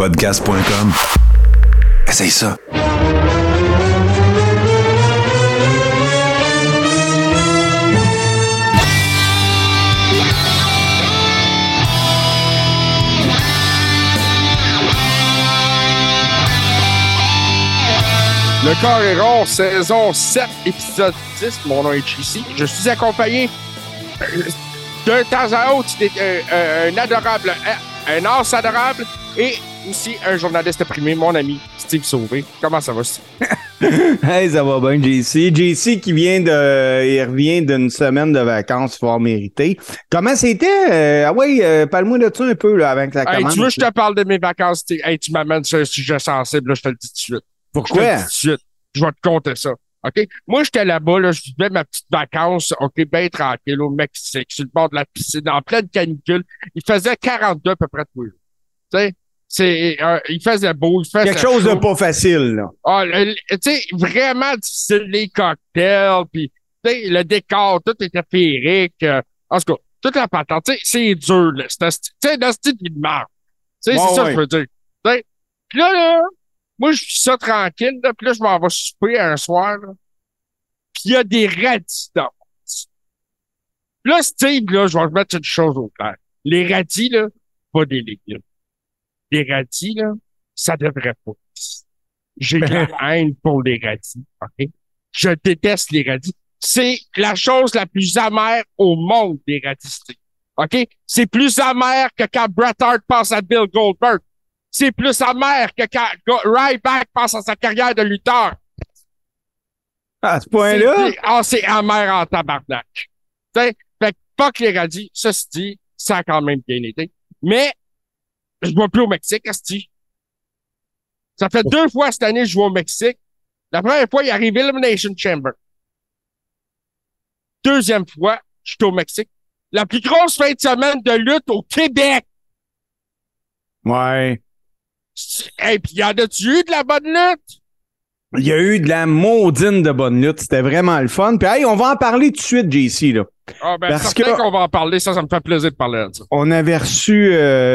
Podcast.com. Essaye ça. Le Corps est rond, saison 7, épisode 10. Mon nom est JC. Je suis accompagné d'un temps à autre un adorable, un as adorable et aussi un journaliste primé, mon ami Steve Sauvé. Comment ça va, Steve? Hey, ça va bien, JC. JC qui il revient d'une semaine de vacances fort méritée. Comment c'était? Parle-moi de ça un peu là, avant que ça commence. Tu veux que je te parle de mes vacances, Steve? Hey, tu m'amènes sur un sujet sensible, là, je te le dis tout de suite. Pourquoi? Je te le dis tout de suite. Je vais te compter ça. OK? Moi, j'étais là-bas, là, je vivais ma petite vacance, OK, bien tranquille, au Mexique, sur le bord de la piscine, en pleine canicule. Il faisait 42 à peu près tous les jours. Tu sais, il faisait beau, il faisait quelque chose chaud. de pas facile, là. Ah, tu sais, vraiment difficile, les cocktails, puis le décor, tout était féerique. En tout cas, toute la patente, tu sais, c'est dur, là. C'est un style de marre. Tu sais, c'est ça que je veux dire. Puis là, moi, je suis ça tranquille, là, puis là, je m'en vais souper un soir, là, puis il y a des radis dans mon petit. Puis là, Steve, là, je vais remettre une chose au clair. Les radis, là, pas des légumes. Les radis, là, ça devrait pas. J'ai de la haine pour les radis, OK? Je déteste les radis. C'est la chose la plus amère au monde, les radis, Steve. OK? C'est plus amer que quand Bret Hart passe à Bill Goldberg. C'est plus amer que quand Ryback passe à sa carrière de lutteur. À ce point-là? C'est amer en tabarnak. T'sais, fait que pas que les radis, ceci dit, ça a quand même bien été. Mais, je ne vais plus au Mexique, asti. Ça fait 2 fois cette année que je joue au Mexique. La première fois, il arrive Elimination Chamber. 2e fois, je suis au Mexique. La plus grosse fin de semaine de lutte au Québec. Ouais. Et puis, y en a-tu eu de la bonne lutte? Il y a eu de la maudine de bonne lutte. C'était vraiment le fun. Puis, hey, on va en parler tout de suite, JC, là. Ah, ben, certain qu'on va en parler. Ça me fait plaisir de parler de ça. On avait reçu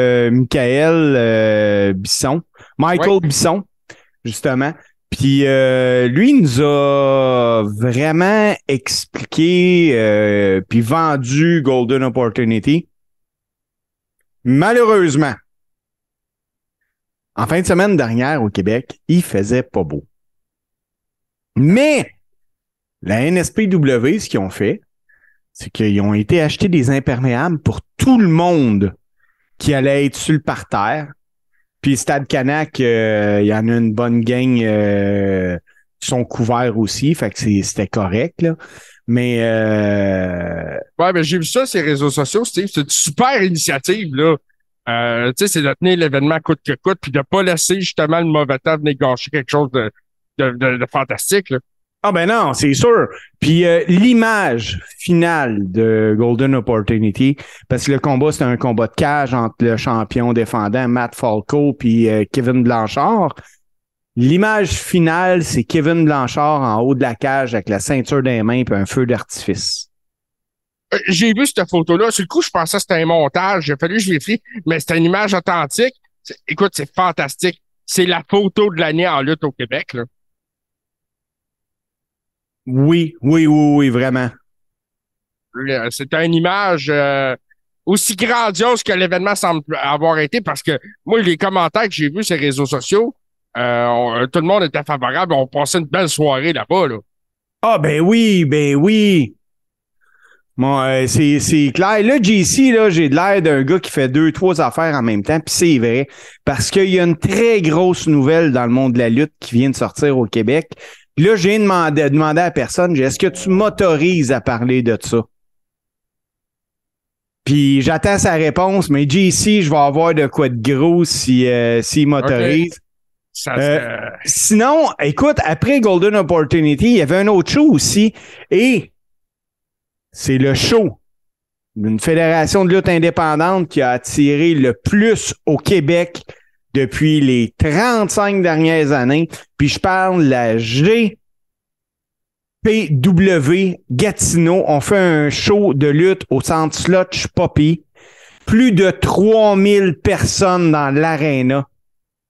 Michael Bisson. Michael Bisson, justement. Puis, lui, il nous a vraiment expliqué puis vendu Golden Opportunity. Malheureusement, en fin de semaine dernière au Québec, il faisait pas beau. Mais la NSPW, ce qu'ils ont fait, c'est qu'ils ont été acheter des imperméables pour tout le monde qui allait être sur le parterre. Puis Stade Canac, il y en a une bonne gang qui sont couverts aussi, fait que c'était correct, là. Mais ouais, ben j'ai vu ça sur les réseaux sociaux, Steve. C'est une super initiative, là. Tu sais, c'est de tenir l'événement coûte que coûte, puis de pas laisser justement le mauvais temps venir gâcher quelque chose de fantastique, là. Ah ben non, c'est sûr. Puis l'image finale de Golden Opportunity, parce que le combat, c'était un combat de cage entre le champion défendant Matt Falco puis Kevin Blanchard. L'image finale, c'est Kevin Blanchard en haut de la cage avec la ceinture des mains puis un feu d'artifice. J'ai vu cette photo-là. Sur le coup, je pensais que c'était un montage. J'ai fallu que je vérifie, mais c'est une image authentique. Écoute, c'est fantastique. C'est la photo de l'année en lutte au Québec, là. Oui, vraiment. C'est une image aussi grandiose que l'événement semble avoir été parce que moi, les commentaires que j'ai vus sur les réseaux sociaux, tout le monde était favorable. On passait une belle soirée là-bas, là. Ah, ben oui. Bon, c'est clair. Là, JC, là, j'ai de l'air d'un gars qui fait 2-3 affaires en même temps, puis c'est vrai. Parce qu'il y a une très grosse nouvelle dans le monde de la lutte qui vient de sortir au Québec. Là, j'ai demandé à la personne, est-ce que tu m'autorises à parler de ça? Puis j'attends sa réponse, mais JC, je vais avoir de quoi de gros s'il m'autorise. Okay. Sinon, écoute, après Golden Opportunity, il y avait un autre show aussi, et c'est le show d'une fédération de lutte indépendante qui a attiré le plus au Québec depuis les 35 dernières années. Puis je parle de la GPW Gatineau. On fait un show de lutte au centre Slotch Poppy. Plus de 3000 personnes dans l'aréna.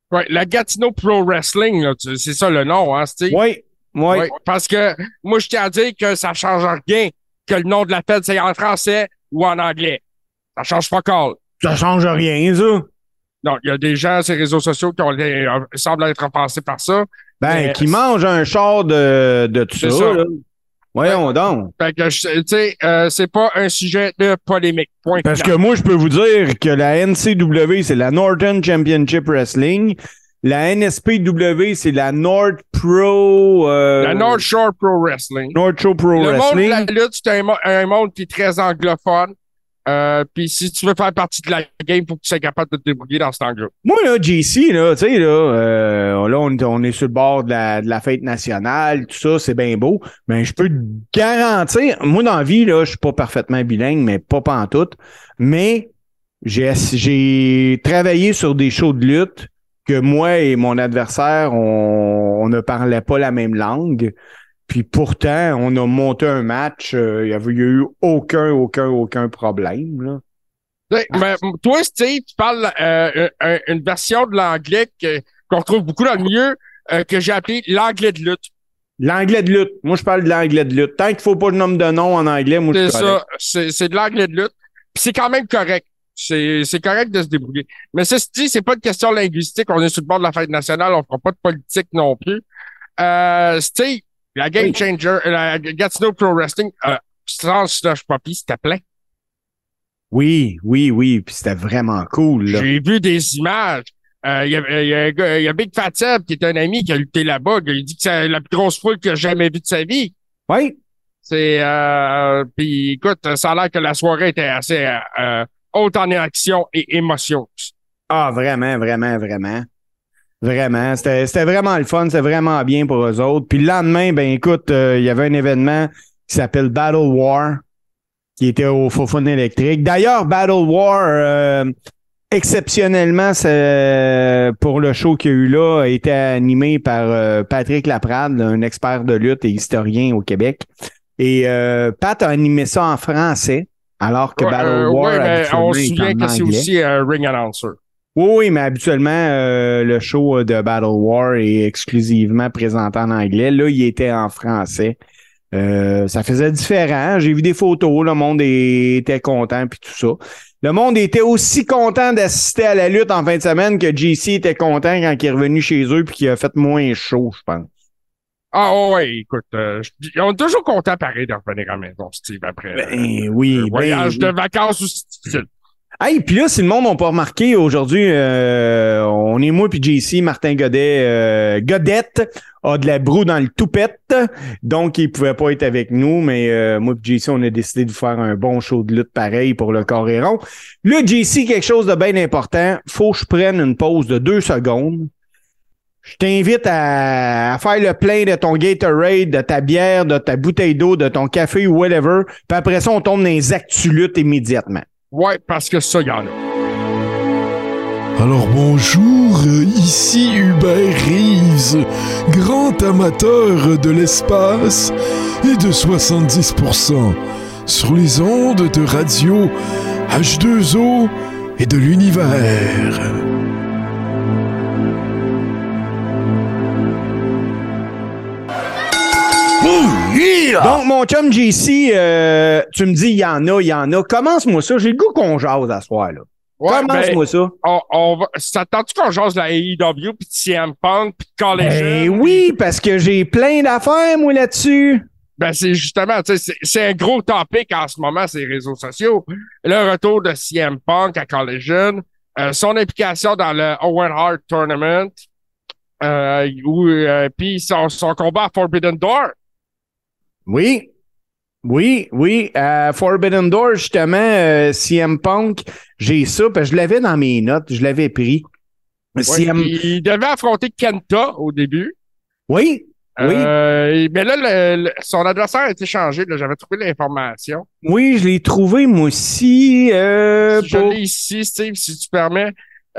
Ouais, la Gatineau Pro Wrestling, là, c'est ça le nom, hein, Steve? Oui, oui. Ouais, parce que moi, je tiens à dire que ça change rien que le nom de la fête, c'est en français ou en anglais. Ça change pas call. Ça change rien, ça. Non, il y a des gens sur les réseaux sociaux qui semblent être offensés par ça. Ben, qui mangent un char de tout ça, ça. là. Voyons donc. Fait que, tu sais, c'est pas un sujet de polémique. Point Parce final. que moi, je peux vous dire que la NCW, c'est la Northern Championship Wrestling. La NSPW, c'est la North Pro... la North Shore Pro Wrestling. North Shore Pro Le Wrestling. monde de la lutte, c'est un monde qui est très anglophone. Puis si tu veux faire partie de la game, il faut que tu sois capable de te débrouiller dans cet angle-là. Moi, là, JC, là, tu sais, là, on est sur le bord de la fête nationale, tout ça, c'est bien beau, mais je peux te garantir, moi, dans la vie, là, je suis pas parfaitement bilingue, mais pas pantoute, mais j'ai travaillé sur des shows de lutte que moi et mon adversaire, on ne parlait pas la même langue. Puis pourtant, on a monté un match, il y a eu aucun problème, là. Mais toi, Steve, tu parles une version de l'anglais qu'on retrouve beaucoup dans le milieu, que j'ai appelé l'anglais de lutte. L'anglais de lutte. Moi, je parle de l'anglais de lutte. Tant qu'il ne faut pas que je nomme de nom en anglais, moi, je suis correct. C'est ça. C'est de l'anglais de lutte. Puis c'est quand même correct. C'est correct de se débrouiller. Mais ça, c'est pas une question linguistique. On est sur le bord de la fête nationale. On fera pas de politique non plus. Steve, la Game Changer, la Gatineau Pro Wrestling, sans Slush Poppy, c'était plein. Oui. Puis c'était vraiment cool, là. J'ai vu des images. Il y a Big Fat Seb, qui est un ami qui a lutté là-bas. Il dit que c'est la plus grosse foule qu'il a jamais vue de sa vie. Oui. Puis écoute, ça a l'air que la soirée était assez haute en action et émotion. Ah, vraiment. Vraiment. C'était vraiment le fun. C'était vraiment bien pour eux autres. Puis le lendemain, ben écoute, il y avait un événement qui s'appelle Battle War, qui était au Fofun électrique. D'ailleurs, Battle War, exceptionnellement, pour le show qu'il y a eu là, a été animé par Patrick Laprade, un expert de lutte et historien au Québec. Et Pat a animé ça en français, alors que Battle War, on se souvient que c'est anglais. aussi un ring announcer. Oui, mais habituellement, le show de Battle War est exclusivement présenté en anglais. Là, il était en français. Ça faisait différent. J'ai vu des photos. Le monde était content puis tout ça. Le monde était aussi content d'assister à la lutte en fin de semaine que JC était content quand il est revenu chez eux puis qu'il a fait moins chaud, je pense. Ah ouais, écoute, on est toujours content pareil de revenir à la maison, Steve, après voyage de vacances aussi difficile. Hey, puis là, si le monde n'a pas remarqué, aujourd'hui, on est moi puis JC, Martin Godette a de la broue dans le toupette, donc il pouvait pas être avec nous, mais moi puis JC, on a décidé de faire un bon show de lutte pareil pour le corps et rond. Là, JC, quelque chose de bien important, faut que je prenne une pause de 2 secondes. Je t'invite à faire le plein de ton Gatorade, de ta bière, de ta bouteille d'eau, de ton café ou whatever, puis après ça, on tombe dans les actus lutte immédiatement. Ouais, parce que ça, il y en a. Alors bonjour, ici Hubert Reeves, grand amateur de l'espace et de 70% sur les ondes de radio H2O et de l'univers. Donc, mon chum JC, tu me dis, il y en a. Commence-moi ça. J'ai le goût qu'on jase à ce soir-là. Ouais, Commence-moi ça. Ça tente-tu qu'on jase de la AEW, puis de CM Punk, puis de Collision? Oui, parce que j'ai plein d'affaires, moi, là-dessus. Ben, c'est justement, tu sais, c'est un gros topic en ce moment, ces réseaux sociaux. Le retour de CM Punk à Collision, son implication dans le Owen Hart Tournament, puis son combat à Forbidden Door. Oui. Forbidden Door, justement, CM Punk, j'ai ça, parce que je l'avais dans mes notes, je l'avais pris. Ouais, il devait affronter Kenta au début. Oui. Mais là, son adversaire a été changé. Là, j'avais trouvé l'information. Oui, je l'ai trouvé, moi aussi. Je l'ai ici, Steve, si tu permets.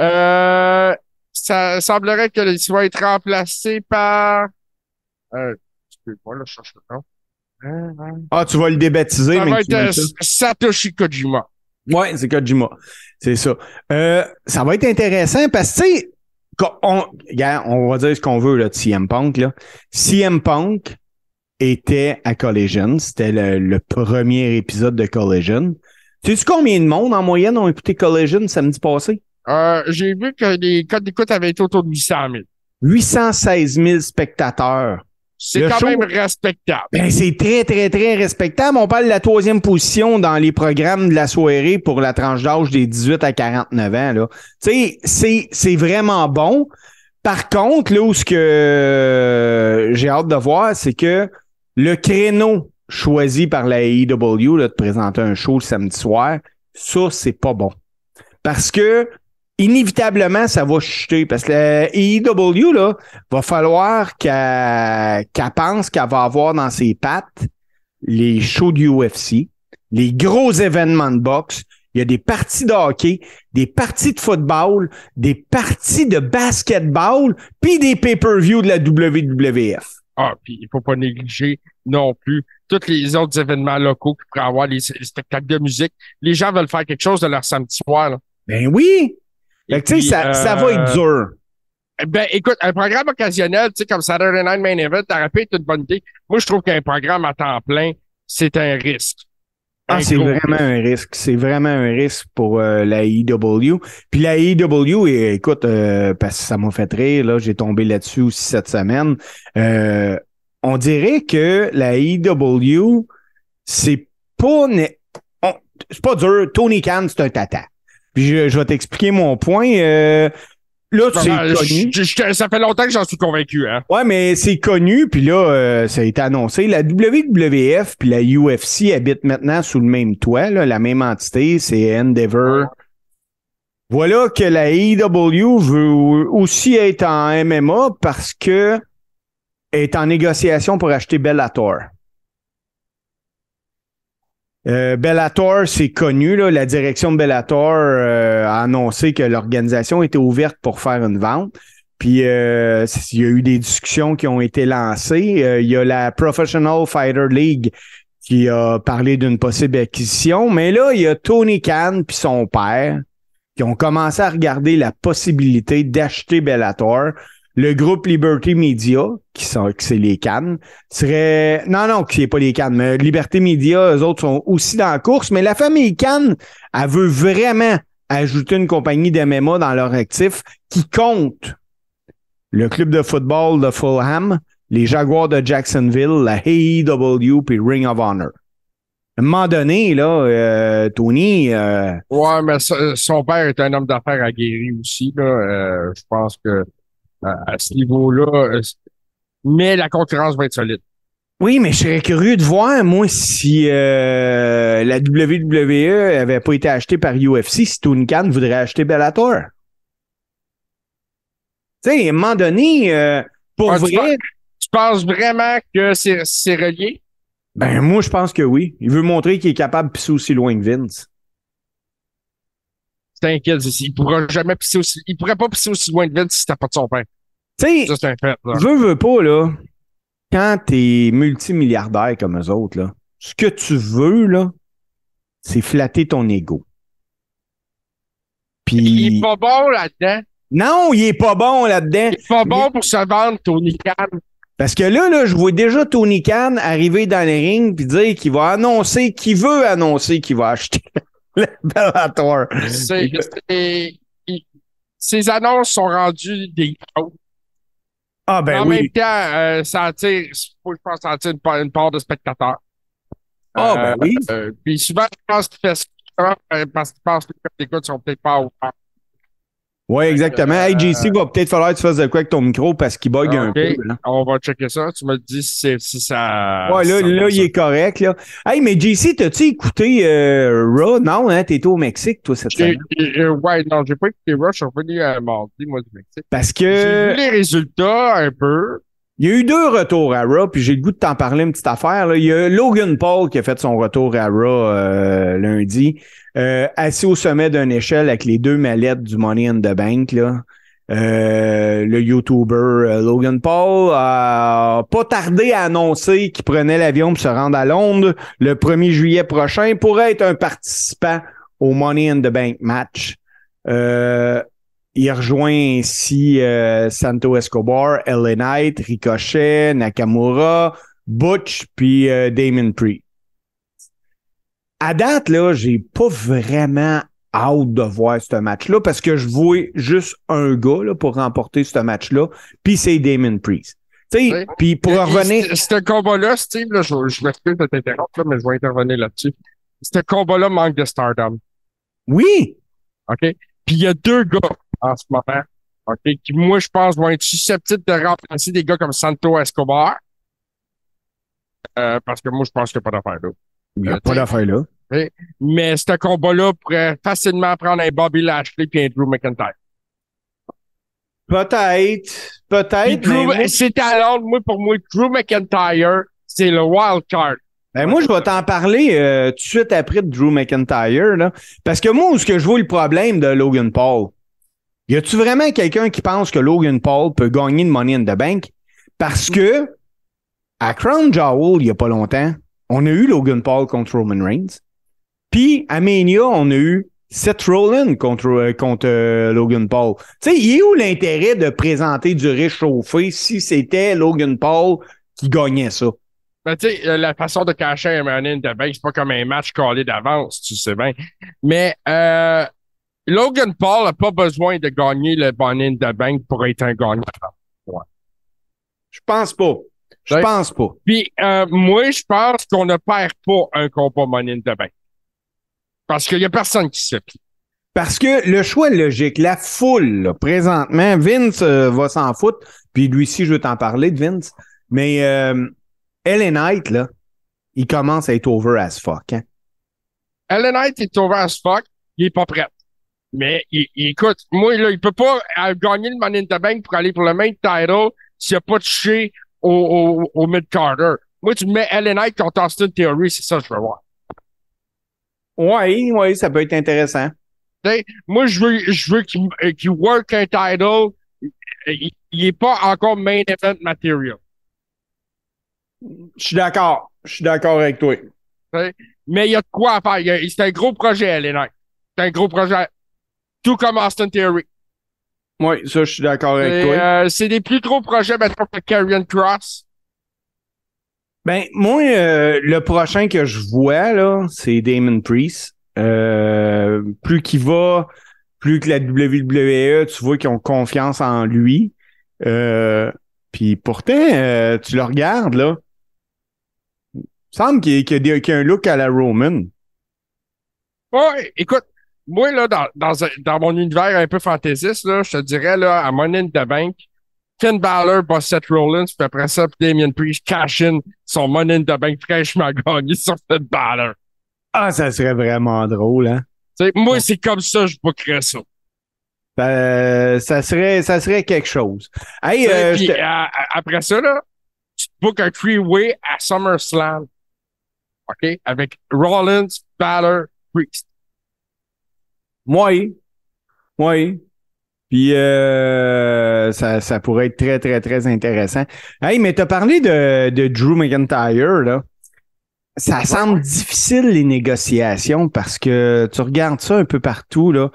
Ça semblerait qu'il soit être remplacé par... je peux pas, là, je cherche le nom. Ah, tu vas le débaptiser, ça mais va tu être Satoshi Kojima. Ouais, c'est Kojima. C'est ça. Ça va être intéressant parce que, tu sais, Regarde, on va dire ce qu'on veut là, de CM Punk. Là. CM Punk était à Collision. C'était le premier épisode de Collision. Sais-tu combien de monde en moyenne ont écouté Collision samedi passé? J'ai vu que les codes d'écoute avaient été autour de 800 000. 816 000 spectateurs. C'est Le quand show- même respectable. Ben, c'est très, très, très respectable. On parle de la 3e position dans les programmes de la soirée pour la tranche d'âge des 18 à 49 ans. Là. Tu sais, c'est vraiment bon. Par contre, là où ce que j'ai hâte de voir, c'est que le créneau choisi par la AEW là, de présenter un show le samedi soir, ça, c'est pas bon. Parce que inévitablement, ça va chuter. Parce que la AEW, là, va falloir qu'elle pense qu'elle va avoir dans ses pattes les shows du UFC, les gros événements de boxe. Il y a des parties de hockey, des parties de football, des parties de basketball, puis des pay-per-view de la WWF. Ah, puis il faut pas négliger non plus tous les autres événements locaux qui pourraient avoir les spectacles de musique. Les gens veulent faire quelque chose de leur samedi soir. Là. Ben oui! Et Fait que, tu sais, puis, ça va être dur. Ben, écoute, un programme occasionnel, tu sais, comme Saturday Night Main Event, t'aurais pu être une bonne idée. Moi, je trouve qu'un programme à temps plein, c'est un risque. Ah, c'est vraiment un risque. C'est vraiment un risque pour la AEW. Puis la AEW, écoute, parce que ça m'a fait rire, là, j'ai tombé là-dessus aussi cette semaine. On dirait que la AEW, c'est pas... c'est pas dur. Tony Khan, c'est un tata. Puis je vais t'expliquer mon point. Là, c'est connu. Ça fait longtemps que j'en suis convaincu, hein. Ouais, mais c'est connu, puis là, ça a été annoncé. La WWF puis la UFC habitent maintenant sous le même toit, là, la même entité, c'est Endeavor. Voilà que la AEW veut aussi être en MMA parce que est en négociation pour acheter Bellator. Bellator, c'est connu, là, la direction de Bellator a annoncé que l'organisation était ouverte pour faire une vente. Puis, il y a eu des discussions qui ont été lancées. Il y a la Professional Fighter League qui a parlé d'une possible acquisition. Mais là, il y a Tony Khan puis son père qui ont commencé à regarder la possibilité d'acheter Bellator. Le groupe Liberty Media, qui c'est les Cannes, serait... Non, qui n'est pas les Cannes, mais Liberty Media, eux autres sont aussi dans la course. Mais la famille Cannes, elle veut vraiment ajouter une compagnie d'MMA dans leur actif qui compte le club de football de Fulham, les Jaguars de Jacksonville, la AEW puis Ring of Honor. À un moment donné, là, Tony... Ouais, mais son père est un homme d'affaires aguerri aussi, là. Je pense que à ce niveau-là, mais la concurrence va être solide. Oui, mais je serais curieux de voir, moi, si la WWE avait pas été achetée par UFC, si Tony Khan voudrait acheter Bellator. Tu sais, à un moment donné, pour vrai... Tu penses vraiment que c'est relié? Ben, moi, je pense que oui. Il veut montrer qu'il est capable de pisser aussi loin que Vince. T'inquiète, il pourra jamais pisser aussi... Il pourrait pas pisser aussi loin que Vince si c'était pas de son père. Tu sais, ça, c'est un fait. veux pas, là, quand t'es multimilliardaire comme eux autres, là, ce que tu veux, là, c'est flatter ton ego. Puis... Il est pas bon là-dedans. Non, il est pas bon là-dedans. Il est pas bon pour se vendre, Tony Khan. Parce que là, je vois déjà Tony Khan arriver dans les rings puis dire qu'il va annoncer, qu'il veut annoncer qu'il va acheter le Bellator. Ces annonces sont rendues des gros. Ah ben en oui. même temps, ça attire, je pense, ça attire une part de spectateurs. Ah ben oui. Puis souvent, je pense qu'il fait ça parce qu'il pense que les écoutes sont peut-être pas ouverts. Oui, exactement. Hey, JC, va peut-être falloir que tu fasses de quoi avec ton micro parce qu'il bug un peu. Là. On va checker ça. Tu me dis si ça... Ouais, là, il est correct. Là. Hey, mais JC, t'as-tu écouté Raw? Non, hein? T'étais au Mexique, toi, cette semaine. Ouais, non, j'ai pas écouté Raw. Je suis revenu mardi, moi, du Mexique. Parce que... J'ai vu les résultats un peu. Il y a eu 2 retours à Raw, puis j'ai le goût de t'en parler une petite affaire. Là. Il y a Logan Paul qui a fait son retour à Raw lundi, assis au sommet d'une échelle avec les 2 mallettes du Money in the Bank. Là. Le YouTuber Logan Paul a pas tardé à annoncer qu'il prenait l'avion pour se rendre à Londres le 1er juillet prochain pour être un participant au Money in the Bank match. Il rejoint ainsi Santo Escobar, LA Knight, Ricochet, Nakamura, Butch, puis Damon Priest. À date, là, j'ai pas vraiment hâte de voir ce match-là parce que je vois juste un gars là, pour remporter ce match-là, puis c'est Damon Priest. Tu sais, puis pour revenir... Ce combat-là, Steve, là, je m'excuse de t'interrompre, là, mais je vais intervenir là-dessus. Ce combat-là manque de stardom. Oui! OK? Puis il y a deux gars en ce moment, OK, qui, moi, je pense, vont être susceptibles de remplacer des gars comme Santo Escobar. Parce que moi, je pense qu'il n'y a pas d'affaire là. Il n'y a pas d'affaire là. Mais ce combat-là pourrait facilement prendre un Bobby Lashley et un Drew McIntyre. Peut-être. C'est à Londres, pour moi, Drew McIntyre, c'est le wild card. Ben moi, je vais t'en parler tout de suite après de Drew McIntyre, là. Parce que moi, où est-ce que je vois le problème de Logan Paul? Y a-tu vraiment quelqu'un qui pense que Logan Paul peut gagner le Money in the Bank? Parce que, à Crown Jewel, il y a pas longtemps, on a eu Logan Paul contre Roman Reigns. Puis, à Mania, on a eu Seth Rollins contre Logan Paul. Tu sais, il est où l'intérêt de présenter du réchauffé si c'était Logan Paul qui gagnait ça? Ben, tu sais, la façon de cacher un Money in the Bank, c'est pas comme un match collé d'avance, tu sais bien. Mais Logan Paul n'a pas besoin de gagner le Money in the Bank pour être un gagnant. Ouais. Je pense pas. Puis, moi, je pense qu'on ne perd pas un combat Money in the Bank. Parce qu'il n'y a personne qui se plie. Parce que le choix est logique. La foule, là, présentement, Vince va s'en foutre. Puis lui aussi, je veux t'en parler de Vince. Mais LA Knight, là, il commence à être over as fuck. Hein? LA Knight est over as fuck. Il est pas prêt. Mais écoute, moi, là, il peut pas gagner le Money in the Bank pour aller pour le main title s'il n'a pas touché au mid-carter. Moi, tu me mets LA Knight contre Austin Theory, c'est ça que je veux voir. Oui, ça peut être intéressant. T'sais, moi, je veux qu'il work un title. Il est pas encore main event material. Je suis d'accord avec toi. T'sais, mais il y a de quoi à faire. C'est un gros projet, LA Knight. C'est un gros projet. Tout comme Austin Theory. Oui, ça, je suis d'accord avec toi. C'est des plus gros projets, maintenant que Karrion Kross. Ben, moi, le prochain que je vois, là, c'est Damon Priest. Plus qu'il va, plus que la WWE, tu vois qu'ils ont confiance en lui. Puis pourtant, tu le regardes, là. Il semble qu'il y a un look à la Roman. Ouais, écoute, moi, là, dans mon univers un peu fantaisiste, là, je te dirais, là, à Money in the Bank, Finn Balor bat Seth Rollins, puis après ça, Damien Priest cash in son Money in the Bank fraîchement gagné sur Finn Balor. Ah, ça serait vraiment drôle, hein? T'sais, moi, c'est comme ça je bookerais ça. Ça serait quelque chose. Hey, puis, après ça, là, tu bookes un three-way à SummerSlam. OK? Avec Rollins, Balor, Priest. Oui. Puis ça pourrait être très, très, très intéressant. Hey, mais t'as parlé de Drew McIntyre, là. Ça semble difficile, les négociations, parce que tu regardes ça un peu partout, là.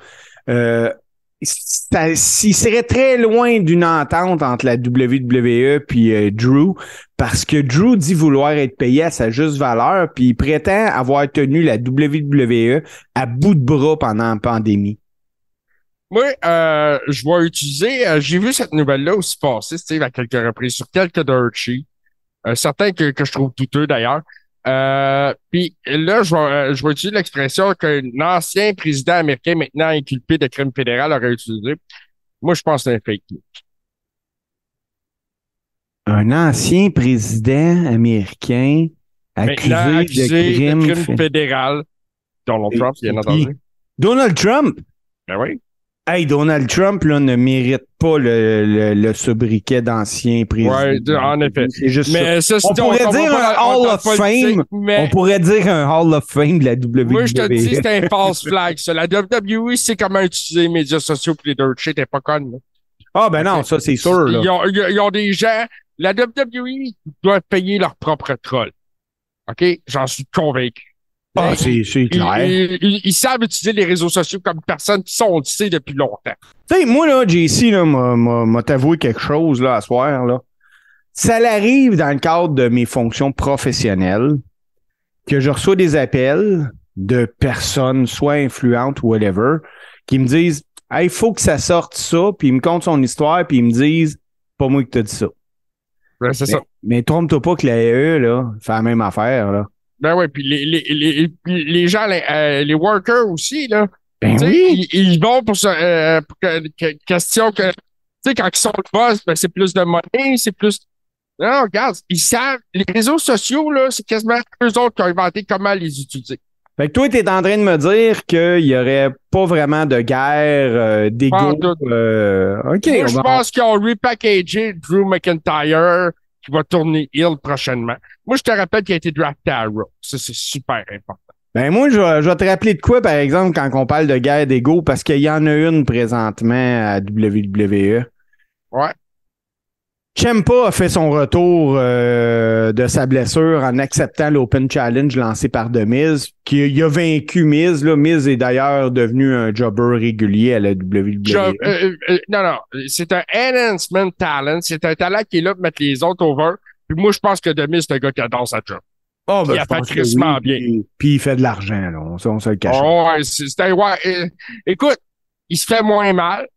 S'il serait très loin d'une entente entre la WWE puis Drew, parce que Drew dit vouloir être payé à sa juste valeur, puis il prétend avoir tenu la WWE à bout de bras pendant la pandémie. Moi, je vais utiliser... j'ai vu cette nouvelle-là aussi passer, Steve, à quelques reprises, sur quelques dirt sheets. Certains que je trouve douteux, d'ailleurs. Puis là, je vais utiliser l'expression qu'un ancien président américain, maintenant inculpé de crime fédéral, aurait utilisé. Moi, je pense que c'est un fake news. Un ancien président américain accusé de crime fédéral. Donald Trump, bien entendu. Donald Trump? Ben oui. Hey, Donald Trump là, ne mérite pas le sobriquet d'ancien président. Oui, en effet. C'est juste mais ça. On pourrait dire un Hall of Fame. On pourrait dire un Hall of Fame de la WWE. Moi, je te dis, c'est un false flag. Ça. La WWE, c'est comment utiliser les médias sociaux pour les dirt shit. T'es pas conne. Là. Ah, ben non, ça, c'est sûr. Là. Ils ont des gens... La WWE doit payer leur propre troll. OK? J'en suis convaincu. Ah, c'est clair. Ils savent utiliser les réseaux sociaux comme personne qui sont sait depuis longtemps. Tu sais, moi, là, JC, là, m'a t'avoué quelque chose, là, à soir, là. Ça l'arrive dans le cadre de mes fonctions professionnelles que je reçois des appels de personnes, soit influentes ou whatever, qui me disent « Hey, il faut que ça sorte ça », puis ils me content son histoire, puis ils me disent « Pas moi qui t'ai dit ça. » Ben, c'est ça. Mais trompe-toi pas que la AE, là, fait la même affaire, là. Ben oui, puis les gens, les workers aussi, là, Ben tu sais, oui! ils vont pour question que, tu sais, quand ils sont le boss, ben, c'est plus de monnaie, c'est plus. Non, regarde, ils savent, les réseaux sociaux, là, c'est quasiment eux autres qui ont inventé comment les utiliser. Fait que toi, t'es en train de me dire qu'il y aurait pas vraiment de guerre d'ego. Pas en tout. OK. Moi, je pense qu'ils ont repackagé Drew McIntyre qui va tourner heel prochainement. Moi, je te rappelle qu'il a été drafté à Raw. Ça, c'est super important. Ben moi, je vais te rappeler de quoi, par exemple, quand on parle de guerre d'ego, parce qu'il y en a une présentement à WWE. Ouais. Ciampa a fait son retour de sa blessure en acceptant l'Open Challenge lancé par The Miz, qui a vaincu Miz. Là. Miz est d'ailleurs devenu un jobber régulier à la WWE. Non, c'est un enhancement talent. C'est un talent qui est là pour mettre les autres over. Puis moi, je pense que The Miz, c'est un gars qui adore sa job. Oh, ben, il a fait crissement bien. Puis il fait de l'argent, là. On se le cache. Oh, ouais, écoute, il se fait moins mal.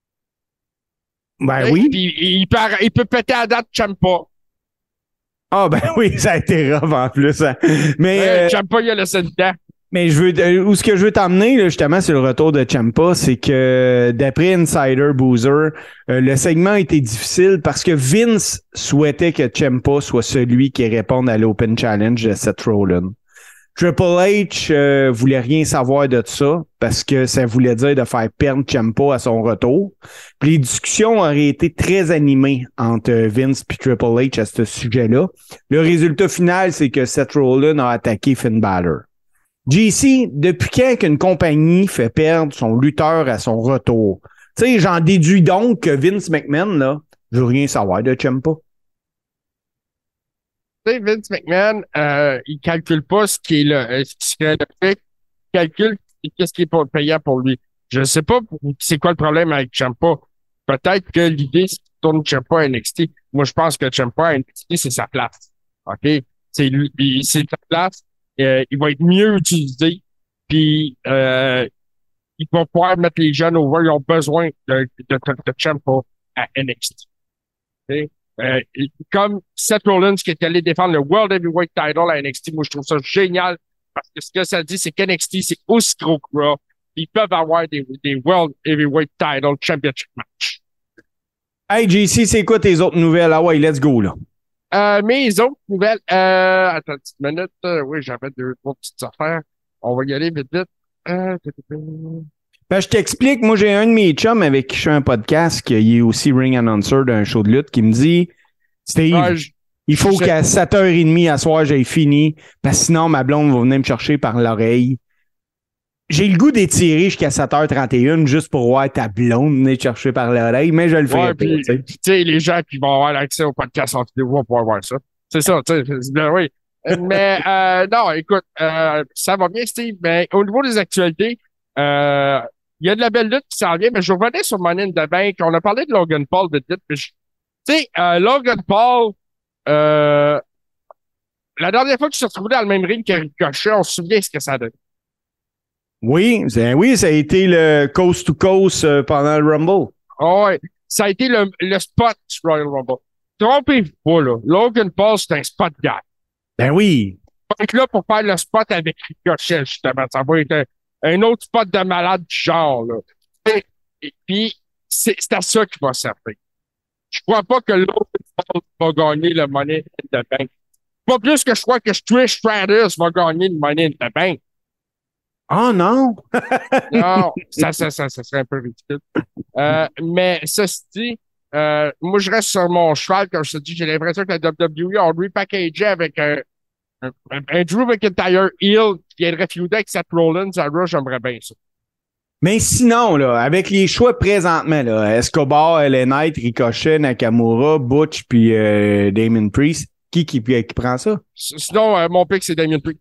Ben oui. Puis il peut péter à date Ciampa. Ah, ben oui, ça a été rough en plus. Hein. Mais Ciampa, il a laissé le temps. Mais où ce que je veux t'emmener, là, justement, sur le retour de Ciampa, c'est que d'après Insider Boozer, le segment a été difficile parce que Vince souhaitait que Ciampa soit celui qui réponde à l'Open Challenge de Seth Rollins. Triple H voulait rien savoir de ça parce que ça voulait dire de faire perdre Ciampa à son retour. Puis les discussions auraient été très animées entre Vince et Triple H à ce sujet-là. Le résultat final, c'est que Seth Rollins a attaqué Finn Balor. JC, depuis quand qu'une compagnie fait perdre son lutteur à son retour? Tu sais, j'en déduis donc que Vince McMahon, là, veut rien savoir de Ciampa. Tu sais, Vince McMahon, il calcule pas ce qui est ce qui serait le fait, il calcule qu'est-ce qui est payant pour lui. Je sais pas c'est quoi le problème avec Ciampa. Peut-être que l'idée, c'est qu'il tourne Ciampa à NXT. Moi, je pense que Ciampa à NXT, c'est sa place. OK? C'est sa place. Il va être mieux utilisé. Puis, il va pouvoir mettre les jeunes over. Ils ont besoin de Ciampa à NXT. Okay? Comme Seth Rollins qui est allé défendre le World Heavyweight Title à NXT, moi je trouve ça génial parce que ce que ça dit, c'est qu'NXT, c'est aussi gros que Raw. Ils peuvent avoir des World Heavyweight Title Championship match. Hey JC, c'est quoi tes autres nouvelles? Ah ouais, let's go là. Mes autres nouvelles, attends une petite minute. Oui, j'avais trois petites affaires. On va y aller vite. Ben, je t'explique, moi j'ai un de mes chums avec qui je fais un podcast, qui est aussi ring announcer d'un show de lutte, qui me dit Steve, il faut qu'à 7h30 à soir, j'ai fini, parce que sinon ma blonde va venir me chercher par l'oreille. J'ai le goût d'étirer jusqu'à 7h31 juste pour voir ta blonde venir te chercher par l'oreille, mais je le ferai pas. Tu sais, les gens qui vont avoir accès au podcast en vidéo vont pouvoir voir ça. C'est ça, tu sais. Oui. Mais non, écoute, ça va bien, Steve. Mais au niveau des actualités, il y a de la belle lutte qui s'en vient, mais je revenais sur Money in the Bank. On a parlé de Logan Paul de vite. Tu sais, Logan Paul, la dernière fois que je suis retrouvé dans le même ring que Ricochet, on se souvient ce que ça donne. Oui, ça a été le coast to coast pendant le Rumble. Oh, ouais, ça a été le spot Royal Rumble. Trompez-vous pas, là. Logan Paul, c'est un spot guy. Ben oui. Il va être là pour faire le spot avec Ricochet, justement. Ça va être un autre spot de malade du genre, là. Et puis, c'est à ça qu'il va servir. Je crois pas que l'autre va gagner le Money in the Bank. Pas plus que je crois que Trish Stratus va gagner le Money in the Bank. Oh non! Non, ça serait un peu ridicule. Mais ceci dit, moi, je reste sur mon cheval, comme je te dis, j'ai l'impression que la WWE a repackagé avec un Drew McIntyre heel qui viendrait feuder avec Seth Rollins à Raw, j'aimerais bien ça. Mais sinon, là, avec les choix présentement, là, Escobar, LA Knight, Ricochet, Nakamura, Butch, puis Damien Priest, qui prend ça? Sinon, mon pick, c'est Damien Priest.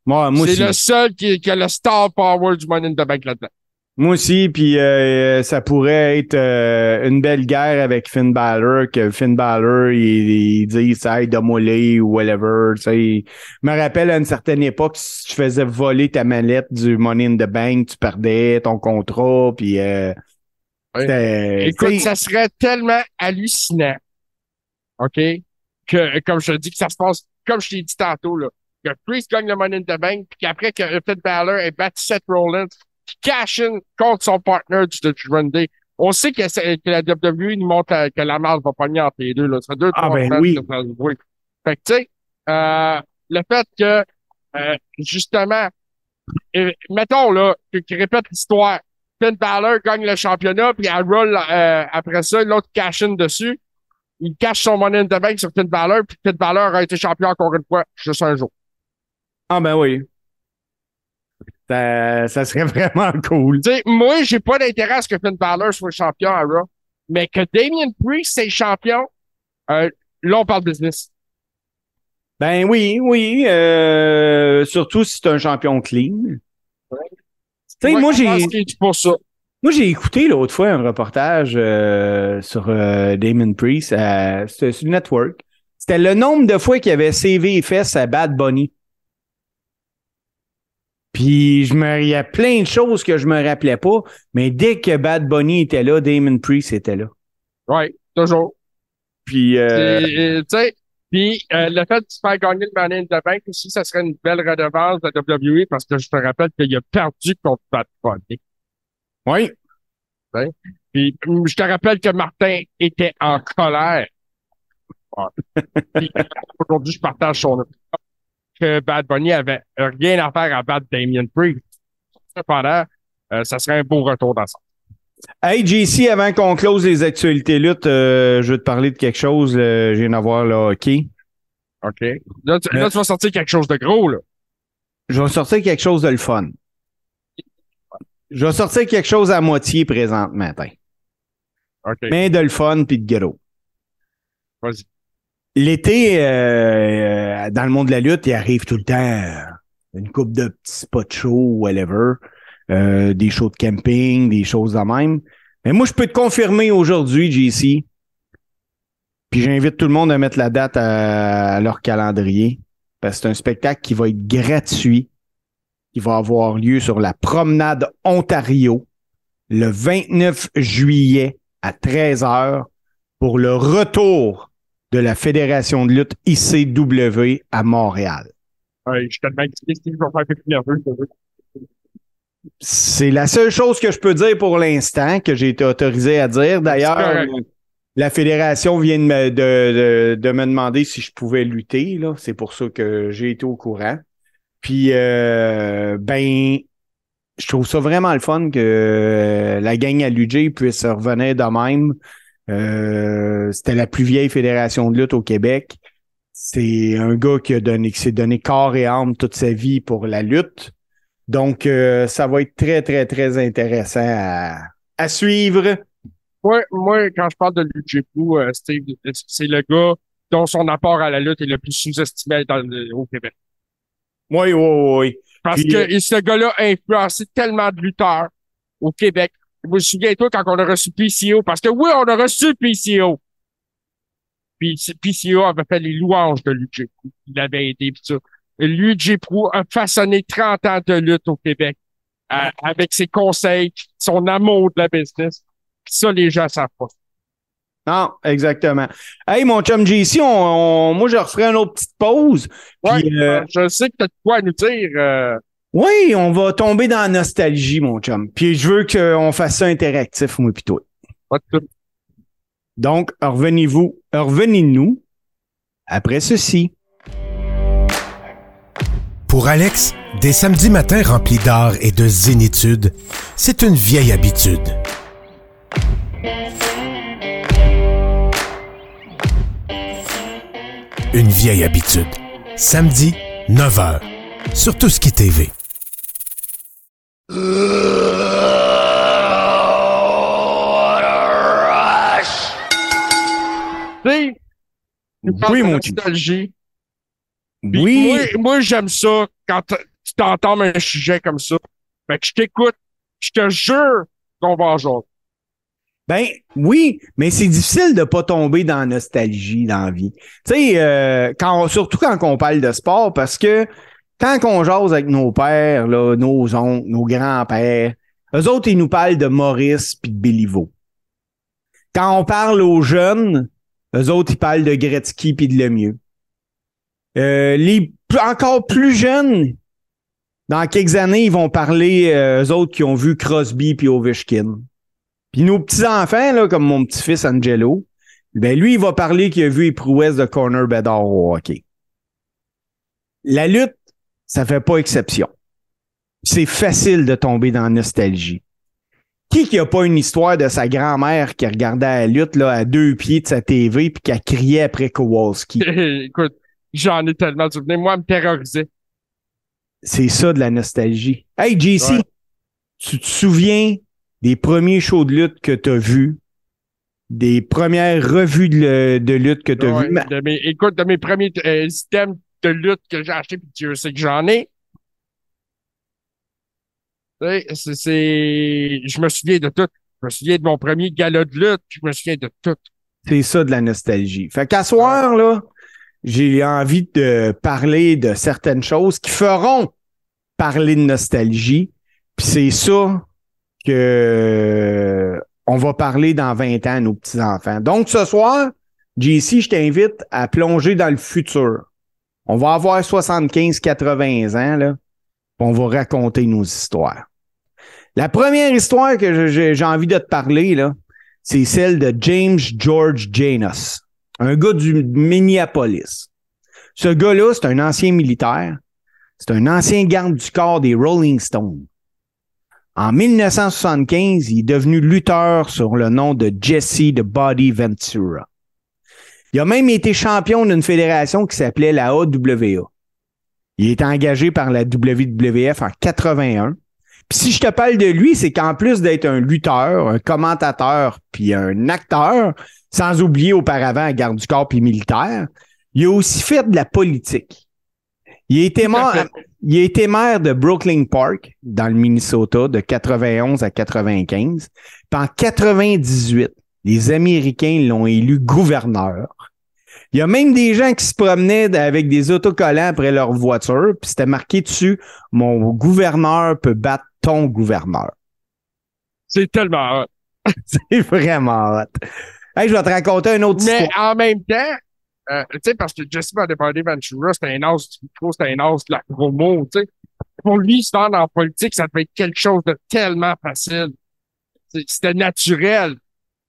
Moi C'est aussi. le seul qui a le star power du Money in the Bank là-dedans. Moi aussi, puis ça pourrait être une belle guerre avec Finn Balor, que Finn Balor, il dit ça aide de mollet ou whatever. Tu sais. Je me rappelle à une certaine époque, si tu faisais voler ta mallette du Money in the Bank, tu perdais ton contrat, puis Écoute, ça serait tellement hallucinant, OK, que, comme je te dis, que ça se passe, comme je t'ai dit tantôt, là, que Priest gagne le Money in the Bank, puis qu'après que Finn Balor ait battu Seth Rollins, qui cash in contre son partner du Judgment Day. On sait que la WWE nous montre que la marge va pogner entre les deux. Là. Ça fait 2-3 semaines oui. que ça se voit. Fait que, tu sais, le fait que, justement, mettons, là, qui répète l'histoire, Finn Balor gagne le championnat, puis elle roll après ça, l'autre cash in dessus. Il cache son Money in the Bank sur Finn Balor, puis Finn Balor a été champion encore une fois, juste un jour. Ah ben oui. Ça serait vraiment cool. Tu sais, moi, j'ai pas d'intérêt à ce que Finn Balor soit champion à Raw, mais que Damian Priest soit champion, là, on parle business. Ben oui. Surtout si c'est un champion clean. Ouais. Tu sais, Moi, je pense qu'il est pour ça. Moi, j'ai écouté l'autre fois un reportage sur Damon Priest sur le network. C'était le nombre de fois qu'il avait CV et fesses à Bad Bunny. Puis il y a plein de choses que je me rappelais pas, mais dès que Bad Bunny était là, Damon Priest était là. Oui, toujours. Puis tu sais, puis le fait de se faire gagner le Money in the Bank aussi, ça serait une belle redevance de WWE parce que je te rappelle qu'il a perdu contre Bad Bunny. oui. T'sais? Puis je te rappelle que Martin était en colère. Ouais. Puis aujourd'hui, je partage son opinion que Bad Bunny avait rien à faire à battre Damian Priest. Cependant, ça serait un beau retour d'ensemble. Hey, JC, avant qu'on close les actualités luttes, je veux te parler de quelque chose. Je viens d'avoir le hockey. OK. Là, tu vas sortir quelque chose de gros, là. Je vais sortir quelque chose de le fun. Je vais sortir quelque chose à moitié présent matin. OK. Mais de le fun puis de gros. Vas-y. L'été, dans le monde de la lutte, il arrive tout le temps une couple de petits spots shows, whatever, des shows de camping, des choses de même. Mais moi, je peux te confirmer aujourd'hui, JC, puis j'invite tout le monde à mettre la date à leur calendrier, parce que c'est un spectacle qui va être gratuit, qui va avoir lieu sur la promenade Ontario le 29 juillet à 13h pour le retour de la Fédération de lutte ICW à Montréal. Je suis tellement excité, Steve, je vais faire un peu plus nerveux. C'est la seule chose que je peux dire pour l'instant, que j'ai été autorisé à dire. D'ailleurs, la Fédération vient de me demander si je pouvais lutter. Là. C'est pour ça que j'ai été au courant. Puis, je trouve ça vraiment le fun que la gang à l'UJ puisse revenir de même. C'était la plus vieille fédération de lutte au Québec. C'est un gars qui s'est donné corps et âme toute sa vie pour la lutte. Donc, ça va être très, très, très intéressant à suivre. Moi, quand je parle de Luigi Pou, Steve, c'est le gars dont son apport à la lutte est le plus sous-estimé au Québec. Oui. Parce que ce gars-là a influencé tellement de lutteurs au Québec. Vous souviens-toi quand on a reçu PCO? Parce que oui, on a reçu PCO. Puis PCO avait fait les louanges de Luigi Pou. Il avait aidé, pis ça. Luigi Pou a façonné 30 ans de lutte au Québec avec ses conseils, son amour de la business. Pis ça, les gens savent pas. Non, exactement. Hey, mon chum JC, moi, je referai une autre petite pause. Oui, puis, je sais que tu as de quoi nous dire. Oui, on va tomber dans la nostalgie, mon chum. Puis je veux qu'on fasse ça interactif, moi pis toi. Pas de tout. Donc, revenez-nous après ceci. Pour Alex, des samedis matins remplis d'art et de zénitude, c'est une vieille habitude. Une vieille habitude. Samedi, 9h, sur Touski TV. Oui, mon nostalgie. Oui. Moi, j'aime ça quand tu t'entends un sujet comme ça. Fait que je t'écoute, je te jure qu'on va en jaser. Ben oui, mais c'est difficile de pas tomber dans la nostalgie dans la vie. Tu sais, surtout quand on parle de sport, parce que quand on jase avec nos pères, là, nos oncles, nos grands-pères, eux autres, ils nous parlent de Maurice puis de Béliveau. Quand on parle aux jeunes, eux autres, ils parlent de Gretzky puis de Lemieux. Les encore plus jeunes, dans quelques années, ils vont parler, eux autres qui ont vu Crosby puis Ovechkin. Puis nos petits-enfants, là, comme mon petit-fils Angelo, ben lui, il va parler qu'il a vu les prouesses de Connor Bedard au hockey. La lutte, ça fait pas exception. C'est facile de tomber dans la nostalgie. Qui a pas une histoire de sa grand-mère qui regardait la lutte là, à 2 pieds de sa TV puis qui a crié après Kowalski? Écoute, j'en ai tellement de souvenirs. Moi, elle me terrorisait. C'est ça de la nostalgie. Hey, JC, Ouais. tu te souviens des premiers shows de lutte que tu as vus? Des premières revues de lutte que tu as Ouais, vues? écoute, de mes premiers items de lutte que j'ai acheté, puis Dieu sait que j'en ai. Tu sais, je me souviens de tout. Je me souviens de mon premier gala de lutte, puis je me souviens de tout. C'est ça de la nostalgie. Fait qu'à soir, là, j'ai envie de parler de certaines choses qui feront parler de nostalgie. Puis c'est ça que on va parler dans 20 ans à nos petits-enfants. Donc ce soir, JC, je t'invite à plonger dans le futur. On va avoir 75-80 ans, là. On va raconter nos histoires. La première histoire que j'ai envie de te parler, là, c'est celle de James George Janos, un gars du Minneapolis. Ce gars-là, c'est un ancien militaire. C'est un ancien garde du corps des Rolling Stones. En 1975, il est devenu lutteur sur le nom de Jesse the Body Ventura. Il a même été champion d'une fédération qui s'appelait la AWA. Il est engagé par la WWF en 81. Puis si je te parle de lui, c'est qu'en plus d'être un lutteur, un commentateur, puis un acteur, sans oublier auparavant un garde du corps puis militaire, il a aussi fait de la politique. Il a été maire de Brooklyn Park, dans le Minnesota, de 91 à 95. Puis en 98, les Américains l'ont élu gouverneur. Il y a même des gens qui se promenaient avec des autocollants après leur voiture, puis c'était marqué dessus « Mon gouverneur peut battre ton gouverneur ». C'est tellement hot. C'est vraiment hot. Hey, je vais te raconter une autre Mais histoire. en même temps, tu sais, parce que Jesse Body Ventura, c'était un as du micro, c'était un as de la promo, tu sais. Pour lui, se faire en politique, ça devait être quelque chose de tellement facile. C'était naturel.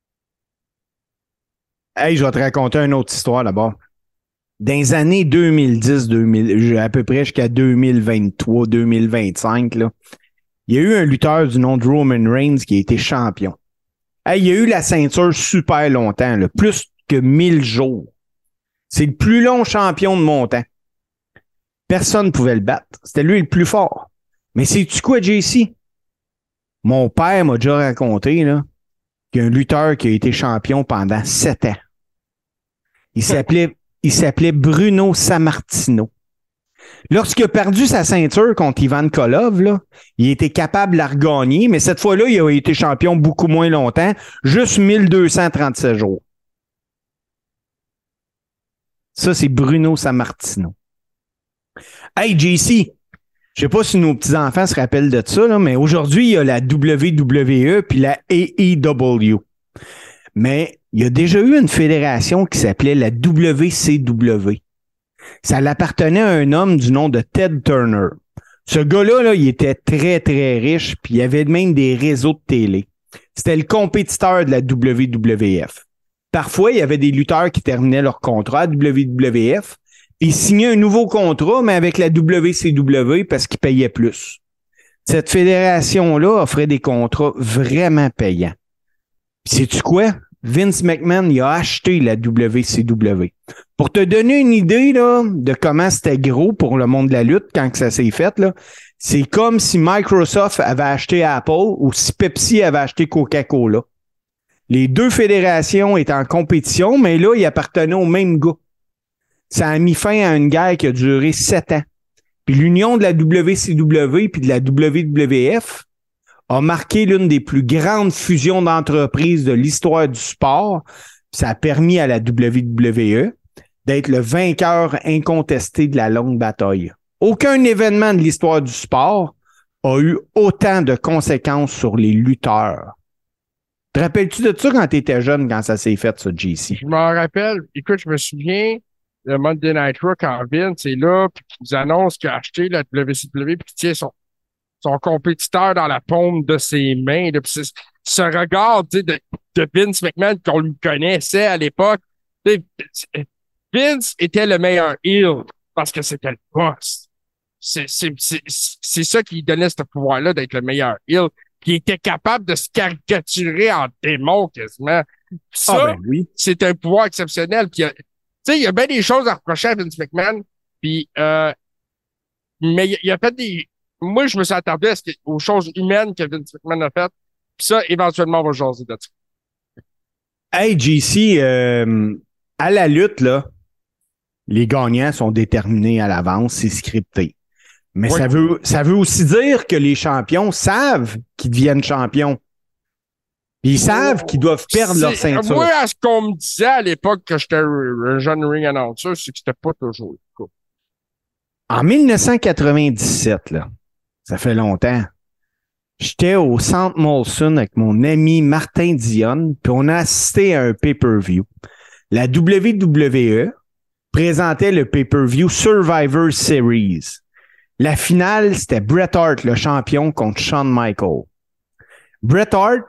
Hey, je vais te raconter une autre histoire d'abord. Dans les années 2010, à peu près jusqu'à 2023, 2025, là, il y a eu un lutteur du nom de Roman Reigns qui a été champion. Hey, il a eu la ceinture super longtemps, là, plus que 1000 jours. C'est le plus long champion de mon temps. Personne ne pouvait le battre. C'était lui le plus fort. Mais sais-tu quoi, JC? Mon père m'a déjà raconté là, qu'il y a un lutteur qui a été champion pendant 7 ans. Il s'appelait Bruno Sammartino. Lorsqu'il a perdu sa ceinture contre Ivan Koloff, là, il était capable de la regagner, mais cette fois-là, il a été champion beaucoup moins longtemps, juste 1237 jours. Ça, c'est Bruno Sammartino. Hey, JC, je sais pas si nos petits-enfants se rappellent de ça, là, mais aujourd'hui, il y a la WWE puis la AEW. Mais il y a déjà eu une fédération qui s'appelait la WCW. Ça l'appartenait à un homme du nom de Ted Turner. Ce gars-là, là, il était très, très riche, puis il avait même des réseaux de télé. C'était le compétiteur de la WWF. Parfois, il y avait des lutteurs qui terminaient leur contrat à WWF, puis ils signaient un nouveau contrat, mais avec la WCW parce qu'ils payaient plus. Cette fédération-là offrait des contrats vraiment payants. Puis sais-tu quoi? Vince McMahon, il a acheté la WCW. Pour te donner une idée là, de comment c'était gros pour le monde de la lutte quand que ça s'est fait, là, c'est comme si Microsoft avait acheté Apple ou si Pepsi avait acheté Coca-Cola. Les deux fédérations étaient en compétition, mais là, ils appartenaient au même gars. Ça a mis fin à une guerre qui a duré 7 ans. Puis l'union de la WCW puis de la WWF a marqué l'une des plus grandes fusions d'entreprises de l'histoire du sport. Ça a permis à la WWE d'être le vainqueur incontesté de la longue bataille. Aucun événement de l'histoire du sport a eu autant de conséquences sur les lutteurs. Te rappelles-tu de ça quand tu étais jeune, quand ça s'est fait, ça, JC? Je m'en rappelle. Écoute, je me souviens, le Monday Night Raw, quand Vince est là, puis qu'il nous annonce qu'il a acheté la WCW, puis qu'il tient son compétiteur dans la paume de ses mains. Là, puis ce regard, tu sais, de Vince McMahon qu'on lui connaissait à l'époque. Vince était le meilleur heel parce que c'était le boss. C'est ça qui lui donnait ce pouvoir-là d'être le meilleur heel. Qui était capable de se caricaturer en démon quasiment. Ça, oui. C'est un pouvoir exceptionnel. Puis, tu sais, il y a bien des choses à reprocher à Vince McMahon. Puis, mais il a fait des... Moi, je me suis attardé aux choses humaines que Vince McMahon a faites. Puis ça, éventuellement, on va jaser de ça. Hey, JC, à la lutte, là, les gagnants sont déterminés à l'avance, c'est scripté. Mais oui. ça veut aussi dire que les champions savent qu'ils deviennent champions. Ils savent qu'ils doivent perdre leur ceinture. Moi, à ce qu'on me disait à l'époque que j'étais un jeune ring announcer, c'est que c'était pas toujours le cas. En 1997, là, ça fait longtemps, j'étais au Centre Molson avec mon ami Martin Dionne, puis on a assisté à un pay-per-view. La WWE présentait le pay-per-view Survivor Series. La finale, c'était Bret Hart, le champion, contre Shawn Michaels. Bret Hart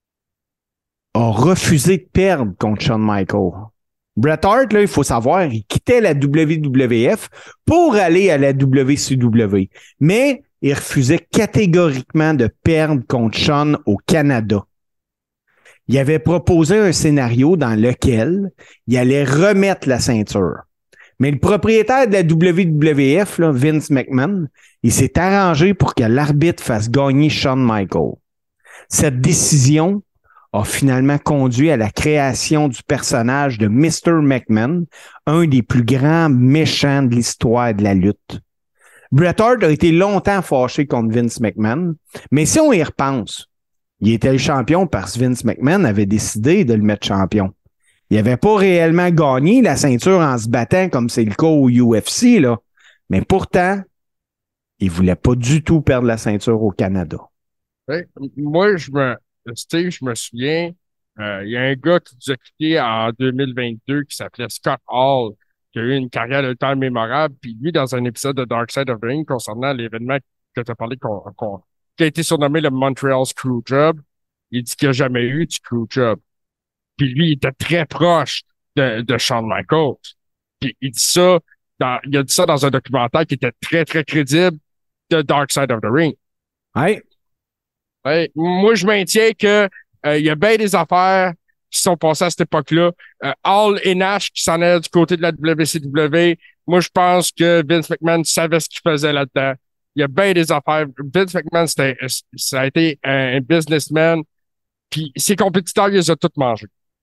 a refusé de perdre contre Shawn Michaels. Bret Hart, là, il faut savoir, il quittait la WWF pour aller à la WCW. Mais il refusait catégoriquement de perdre contre Shawn au Canada. Il avait proposé un scénario dans lequel il allait remettre la ceinture. Mais le propriétaire de la WWF, là, Vince McMahon, il s'est arrangé pour que l'arbitre fasse gagner Shawn Michaels. Cette décision a finalement conduit à la création du personnage de Mr. McMahon, un des plus grands méchants de l'histoire de la lutte. Bret Hart a été longtemps fâché contre Vince McMahon, mais si on y repense, il était le champion parce que Vince McMahon avait décidé de le mettre champion. Il n'avait pas réellement gagné la ceinture en se battant comme c'est le cas au UFC, là. Mais pourtant, il voulait pas du tout perdre la ceinture au Canada. Ouais, moi, Steve, je me souviens, il y a un gars qui nous a quitté en 2022 qui s'appelait Scott Hall, qui a eu une carrière de temps mémorable. Puis lui, dans un épisode de Dark Side of the Ring concernant l'événement que tu as parlé, qui a été surnommé le Montreal Screwjob, il dit qu'il n'y a jamais eu de Screwjob. Puis lui, il était très proche de Shawn Michaels. Puis il dit ça, il a dit ça dans un documentaire qui était très, très crédible de Dark Side of the Ring. Ouais. Ouais, moi, je maintiens que il y a bien des affaires qui sont passées à cette époque-là. Hall et Nash qui s'en allaient du côté de la WCW. Moi, je pense que Vince McMahon savait ce qu'il faisait là-dedans. Il y a bien des affaires. Vince McMahon, ça a été un businessman. Puis ses compétiteurs, ils les ont tous mangés.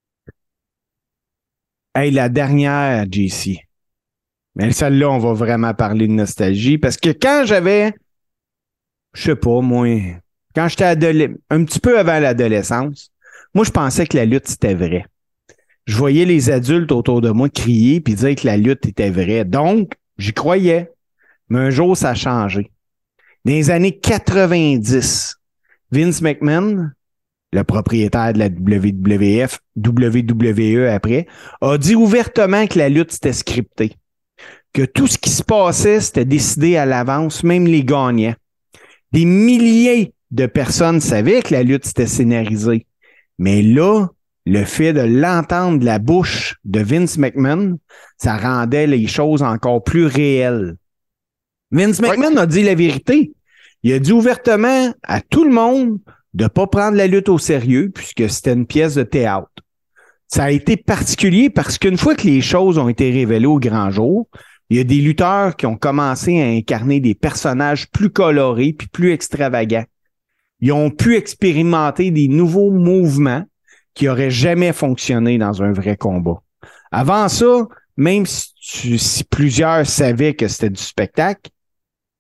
Hey, la dernière, JC. Mais celle-là, on va vraiment parler de nostalgie parce que quand j'avais, je sais pas, moi, quand j'étais un petit peu avant l'adolescence, moi, je pensais que la lutte, c'était vrai. Je voyais les adultes autour de moi crier puis dire que la lutte était vraie. Donc, j'y croyais. Mais un jour, ça a changé. Dans les années 90, Vince McMahon, le propriétaire de la WWF, WWE après, a dit ouvertement que la lutte, c'était scripté. Que tout ce qui se passait, c'était décidé à l'avance, même les gagnants. Des milliers de personnes savaient que la lutte, c'était scénarisé. Mais là, le fait de l'entendre de la bouche de Vince McMahon, ça rendait les choses encore plus réelles. Vince McMahon a dit la vérité. Il a dit ouvertement à tout le monde de ne pas prendre la lutte au sérieux puisque c'était une pièce de théâtre. Ça a été particulier parce qu'une fois que les choses ont été révélées au grand jour, il y a des lutteurs qui ont commencé à incarner des personnages plus colorés puis plus extravagants. Ils ont pu expérimenter des nouveaux mouvements qui n'auraient jamais fonctionné dans un vrai combat. Avant ça, même si plusieurs savaient que c'était du spectacle,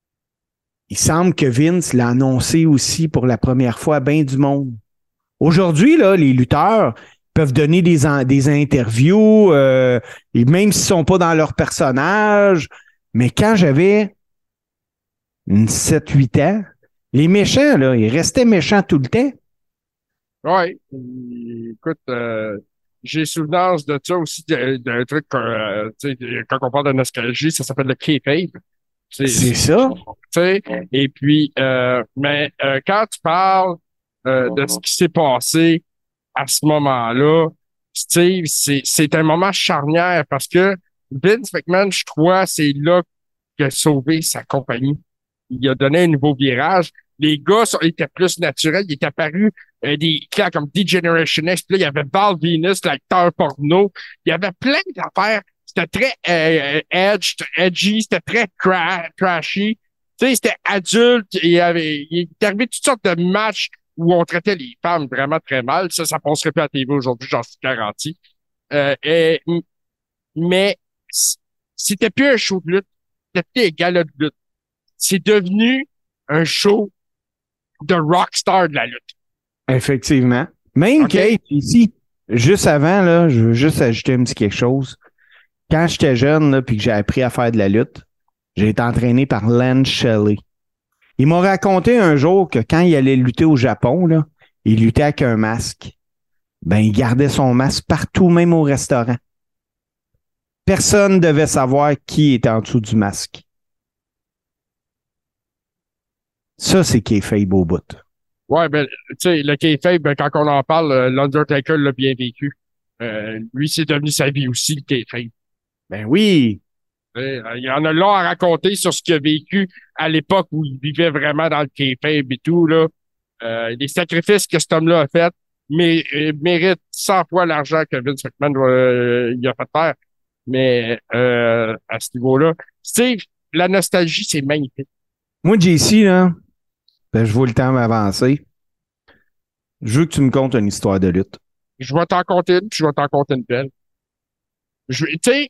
il semble que Vince l'a annoncé aussi pour la première fois à bien du monde. Aujourd'hui, là, les lutteurs peuvent donner des interviews, et même s'ils ne sont pas dans leur personnage. Mais quand j'avais 7-8 ans, les méchants, là, ils restaient méchants tout le temps. Ouais. Écoute, j'ai souvenance de ça aussi, d'un truc, tu sais, quand on parle de nostalgie, ça s'appelle le kayfabe. C'est ça. Tu sais, et puis, quand tu parles de ce qui s'est passé à ce moment-là, Steve, c'est un moment charnière parce que Vince McMahon, je crois, c'est là qu'il a sauvé sa compagnie. Il a donné un nouveau virage. Les gars étaient plus naturels. Il est apparu des clans comme D-Generation X. Puis là, il y avait Val Venus, l'acteur porno. Il y avait plein d'affaires. C'était très edgy, c'était très trashy. Tu sais, c'était adulte. Il est arrivé toutes sortes de matchs où on traitait les femmes vraiment très mal. Ça passerait plus à la TV aujourd'hui, j'en suis garanti. Mais c'était plus un show de lutte. C'était plus un gala de lutte. C'est devenu un show de rockstar de la lutte. Effectivement. Même Kate, ici, juste avant, là, je veux juste ajouter un petit quelque chose. Quand j'étais jeune, là, puis que j'ai appris à faire de la lutte, j'ai été entraîné par Len Shelley. Il m'a raconté un jour que quand il allait lutter au Japon, là, il luttait avec un masque. Ben, il gardait son masque partout, même au restaurant. Personne ne devait savoir qui était en dessous du masque. Ça, c'est kayfabe au bout. Ouais, ben, tu sais, le kayfabe, ben, quand on en parle, l'Undertaker l'a bien vécu. Lui, c'est devenu sa vie aussi, le kayfabe. Ben oui. Il y en a long à raconter sur ce qu'il a vécu à l'époque où il vivait vraiment dans le kayfabe et tout, là. Les sacrifices que cet homme-là a fait, mais mérite 100 fois l'argent que Vince McMahon il a fait faire. Mais à ce niveau-là, Steve, la nostalgie, c'est magnifique. Moi, JC, là, ben, je vois le temps m'avancer. Je veux que tu me contes une histoire de lutte. Je vais t'en compter une, puis je vais t'en compter une belle. Tu sais,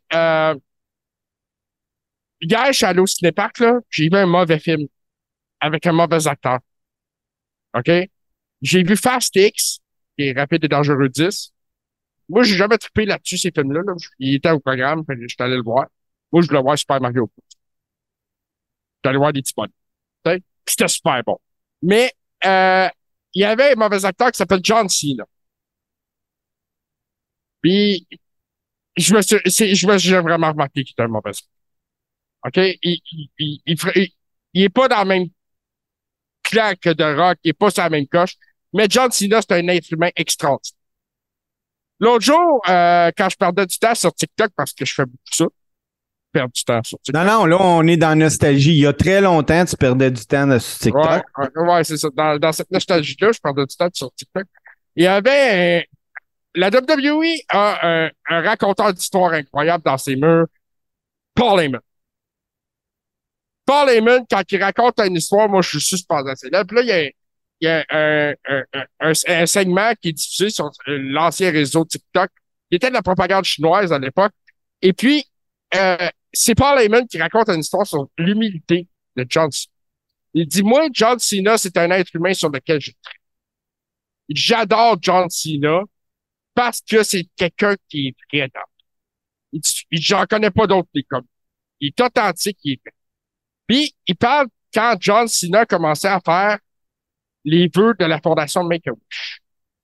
hier, je suis allé au cinéparc, là, j'ai vu un mauvais film avec un mauvais acteur. OK? J'ai vu Fast X, qui est Rapide et Dangereux 10. Moi, j'ai jamais trippé là-dessus, ces films-là. Là. Il était au programme, puis je suis allé le voir. Moi, je voulais voir Super Mario Bros. Je suis allé voir des petits bonnes. C'était super bon. Mais il y avait un mauvais acteur qui s'appelle John Cena. Puis, j'ai vraiment remarqué qu'il était un mauvais acteur. OK? Il est pas dans le même clan que The Rock, il est pas sur la même coche. Mais John Cena, c'est un être humain extraordinaire. L'autre jour, quand je perdais du temps sur TikTok, parce que je fais beaucoup ça, perdre du temps sur TikTok. Non, là, on est dans la nostalgie. Il y a très longtemps, tu perdais du temps sur TikTok. Ouais, c'est ça. Dans cette nostalgie-là, je perdais du temps sur TikTok. Il y avait la WWE a un raconteur d'histoire incroyable dans ses murs, Paul Heyman. Paul Heyman, quand il raconte une histoire, moi, je suis suspendu à là. Puis là, il y a un segment qui est diffusé sur l'ancien réseau TikTok, qui était de la propagande chinoise à l'époque. Et puis, c'est Paul Heyman qui raconte une histoire sur l'humilité de John Cena. Il dit, moi, John Cena, c'est un être humain sur lequel je traite. J'adore John Cena parce que c'est quelqu'un qui est vrai dans. J'en connais pas d'autres comme. Il est authentique, il est vrai. Puis, il parle quand John Cena commençait à faire les vœux de la fondation Make-A-Wish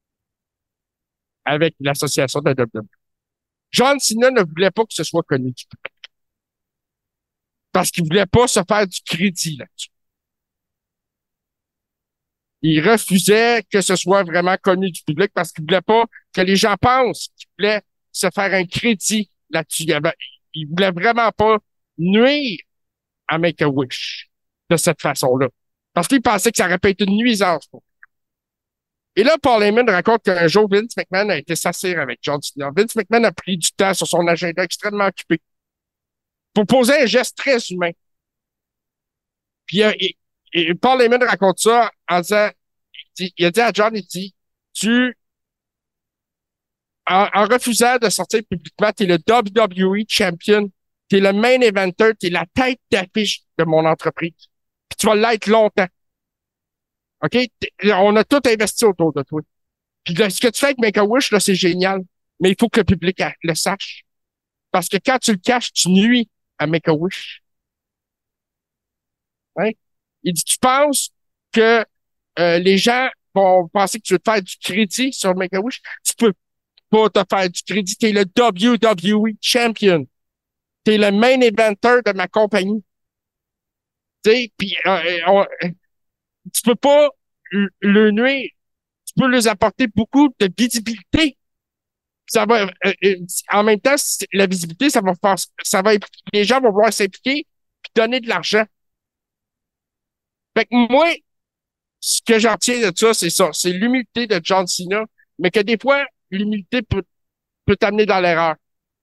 avec l'association de la WWE. John Cena ne voulait pas que ce soit connu du public. Parce qu'il voulait pas se faire du crédit là-dessus. Il refusait que ce soit vraiment connu du public parce qu'il voulait pas que les gens pensent qu'il voulait se faire un crédit là-dessus. Il voulait vraiment pas nuire à Make-A-Wish de cette façon-là. Parce qu'il pensait que ça aurait pas été une nuisance pour lui. Et là, Paul Heyman raconte qu'un jour, Vince McMahon a été s'asseoir avec John Cena. Vince McMahon a pris du temps sur son agenda extrêmement occupé pour poser un geste très humain. Puis et Paul Heyman raconte ça en disant, il a dit à John, il dit, en refusant de sortir publiquement, t'es le WWE champion, t'es le main eventer, t'es la tête d'affiche de mon entreprise. Puis tu vas l'être longtemps. OK? On a tout investi autour de toi. Puis là, ce que tu fais avec Make-A-Wish, là, c'est génial. Mais il faut que le public le sache. Parce que quand tu le caches, tu nuis à Make-A-Wish. Hein? Il dit, tu penses que les gens vont penser que tu veux te faire du crédit sur Make-A-Wish? Tu peux pas te faire du crédit. T'es le WWE Champion. T'es le main eventer de ma compagnie. Tu sais, puis tu peux pas le nuire. Tu peux leur apporter beaucoup de visibilité. Ça va, en même temps, la visibilité, ça va les gens vont vouloir s'impliquer puis donner de l'argent. Fait que moi, ce que j'en tiens de ça, c'est ça. C'est l'humilité de John Cena, mais que des fois, l'humilité peut t'amener dans l'erreur.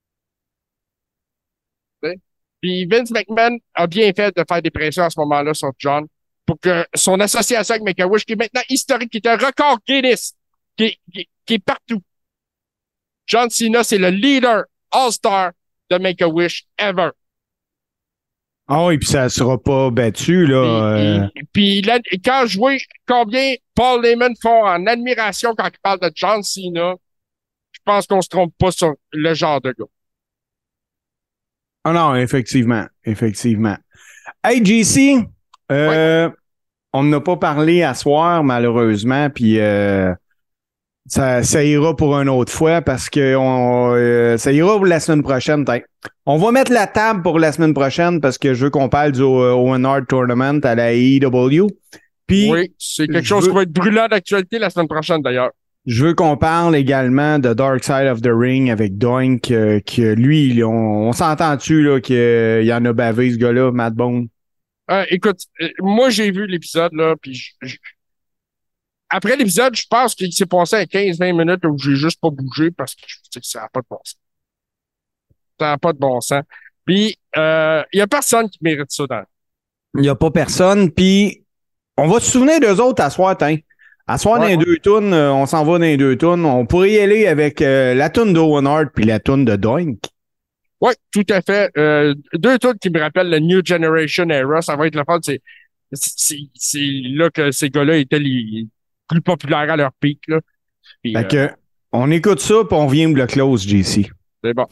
T'sais? Puis Vince McMahon a bien fait de faire des pressions à ce moment-là sur John pour que son association avec Make-A-Wish, qui est maintenant historique, qui est un record Guinness, qui est partout. John Cena, c'est le leader All-Star de Make-A-Wish ever. Ah oui, puis ça ne sera pas battu, là. Puis quand je vois combien Paul Heyman font en admiration quand il parle de John Cena, je pense qu'on se trompe pas sur le genre de gars. Ah non, effectivement. Hey, JC, on n'a pas parlé à soir, malheureusement, puis ça ira pour une autre fois parce que ça ira pour la semaine prochaine. On va mettre la table pour la semaine prochaine parce que je veux qu'on parle du Owen Hart Tournament à la AEW. Puis, oui, c'est quelque chose qui va être brûlant d'actualité la semaine prochaine, d'ailleurs. Je veux qu'on parle également de Dark Side of the Ring avec Doink, que lui, on s'entend-tu là, qu'il y en a bavé, ce gars-là, Matt Bone? Écoute, moi, j'ai vu l'épisode, là, puis après l'épisode, je pense qu'il s'est passé à 15-20 minutes où j'ai juste pas bougé parce que ça n'a pas de bon sens. Ça n'a pas de bon sens. Puis, il y a personne qui mérite ça dans. Il n'y a pas personne, puis on va se souvenir d'eux autres à soir, À soir, dans les deux tunes, on s'en va dans les deux tunes. On pourrait y aller avec la tune d'Owen Hart puis la tune de Doink. Oui, tout à fait. Deux tunes qui me rappellent le New Generation Era. Ça va être le fun. C'est là que ces gars-là étaient les plus populaires à leur pic. Là. Puis, fait que, on écoute ça puis on vient me le close, JC. C'est bon.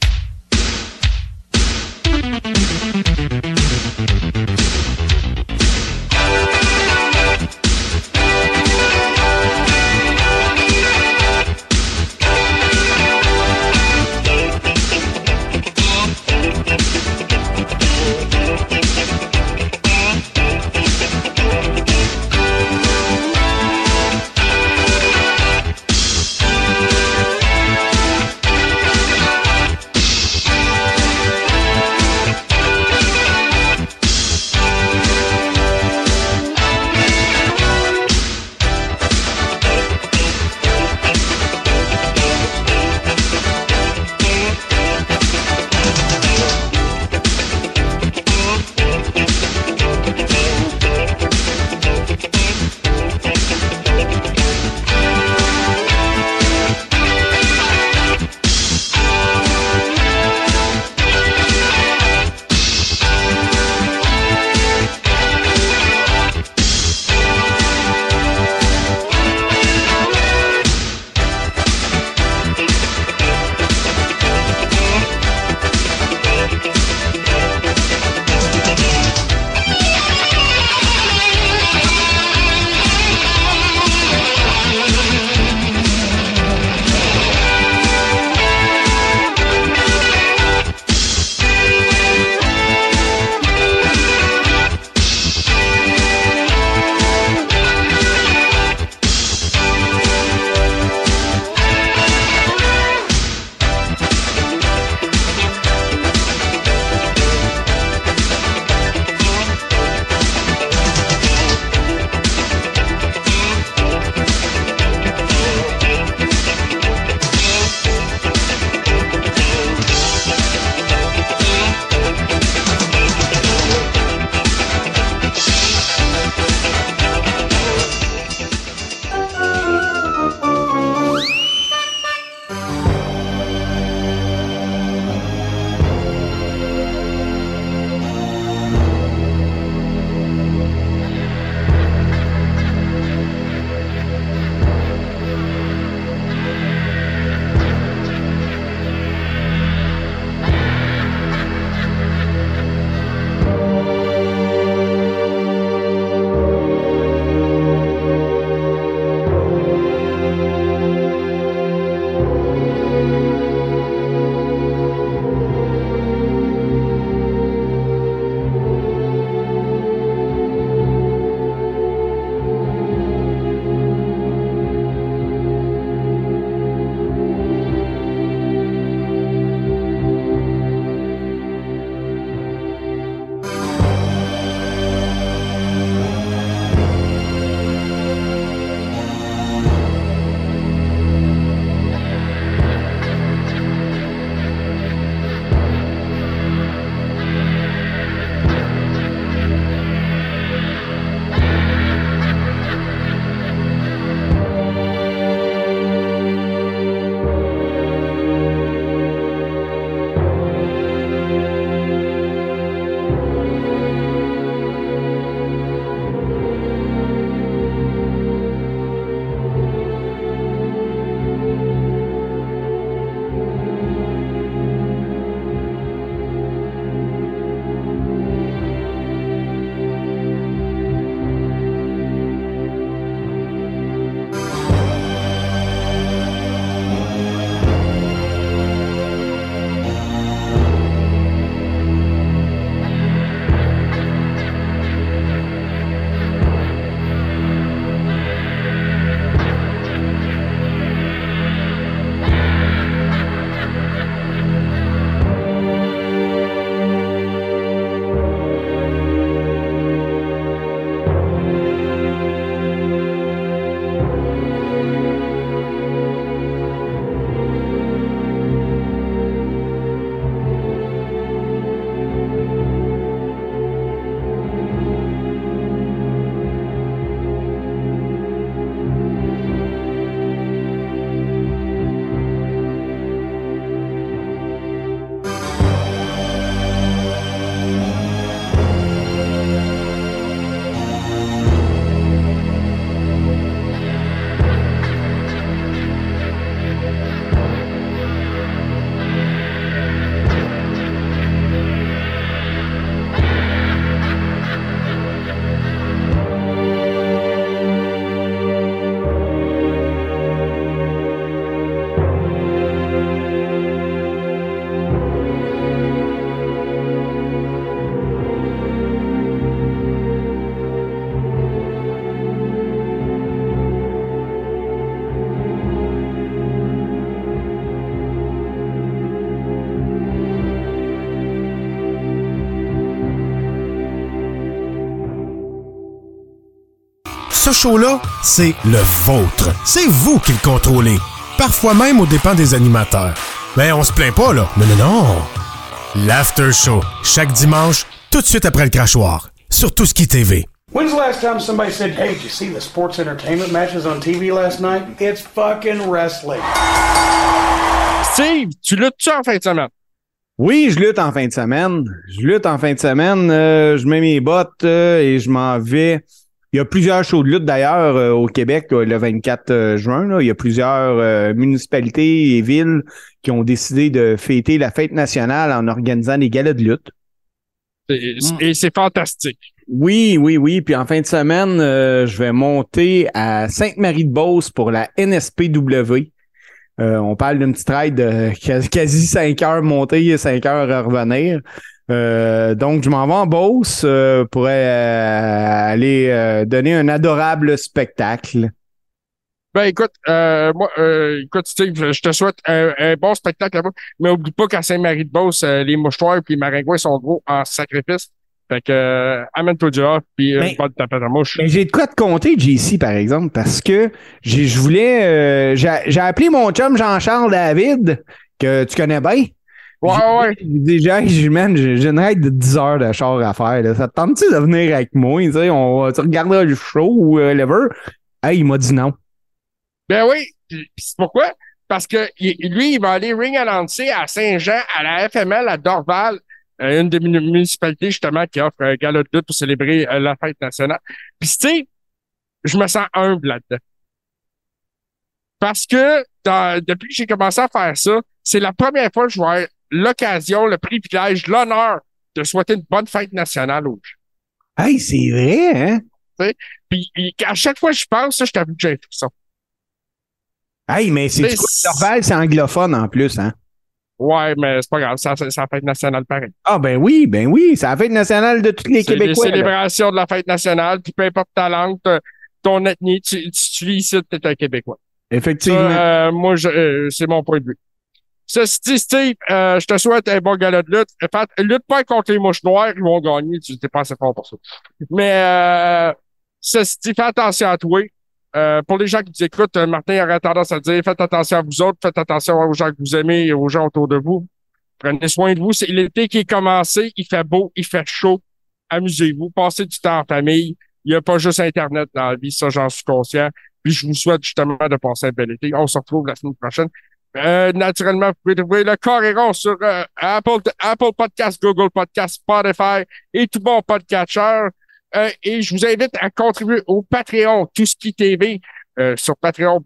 Ce show-là, c'est le vôtre. C'est vous qui le contrôlez. Parfois même aux dépens des animateurs. Mais on se plaint pas, là. Non. L'After Show, chaque dimanche, tout de suite après le crachoir, sur Touski TV. When's the last time somebody said, hey, did you see the sports entertainment matches on TV last night? It's fucking wrestling. Steve, tu luttes-tu en fin de semaine? Oui, je lutte en fin de semaine. Je mets mes bottes et je m'en vais. Il y a plusieurs shows de lutte d'ailleurs au Québec le 24 juin. Là. Il y a plusieurs municipalités et villes qui ont décidé de fêter la fête nationale en organisant des galas de lutte. Et c'est fantastique. Oui. Puis en fin de semaine, je vais monter à Sainte-Marie-de-Beauce pour la NSPW. On parle d'une petite ride de quasi 5 heures montée et 5 heures à revenir. Donc, je m'en vais en Beauce pour aller donner un adorable spectacle. Ben écoute, Steve, je te souhaite un bon spectacle là-bas, mais oublie pas qu'à Sainte-Marie-de-Beauce, les mouchoirs et les maringouins sont gros en sacrifice. Fait que amène-toi du hors puis une bonne tapette à mouche. Mais j'ai de quoi te compter, JC, par exemple, parce que je voulais j'ai appelé mon chum Jean-Charles David, que tu connais bien. Ouais. Déjà, j'ai une ride de 10 heures de char à faire. Là. Ça te tente-tu de venir avec moi? Tu regarderas le show ou whatever? Hey, il m'a dit non. Ben oui. C'est pourquoi? Parce que lui, il va aller ring annoncer à Saint-Jean, à la FML, à Dorval, une des municipalités, justement, qui offre un gala de lutte pour célébrer la fête nationale. Puis, tu sais, je me sens humble là-dedans. Parce que depuis que j'ai commencé à faire ça, c'est la première fois que je vois l'occasion, le privilège, l'honneur de souhaiter une bonne fête nationale aux gens. Hey, c'est vrai, hein? T'sais? Puis à chaque fois que je pense, ça, je t'avoue que j'ai fait ça. Hey, mais c'est du coup, Dorval, c'est anglophone en plus, hein? Ouais, mais c'est pas grave, c'est la fête nationale pareil. Ah, ben oui, c'est la fête nationale de tous les Québécois. C'est les célébrations de la fête nationale, puis peu importe ta langue, ton ethnie, tu vis ici, t'es un Québécois. Effectivement. Moi, c'est mon point de vue. Ceci dit, Steve, je te souhaite un bon gala de lutte. Lutte pas contre les mouches noires, ils vont gagner, tu t'es pas assez fort pour ça. Mais ceci dit, fais attention à toi. Pour les gens qui nous écoutent, Martin aurait tendance à dire, faites attention à vous autres, faites attention aux gens que vous aimez et aux gens autour de vous. Prenez soin de vous. C'est l'été qui est commencé, il fait beau, il fait chaud. Amusez-vous, passez du temps en famille. Il n'y a pas juste Internet dans la vie, ça j'en suis conscient. Puis je vous souhaite justement de passer un bel été. On se retrouve la semaine prochaine. Naturellement, vous pouvez trouver le Coréron sur Apple Podcast, Google Podcast, Spotify et tout bon podcatcher. Et je vous invite à contribuer au Patreon Touski TV sur Patreon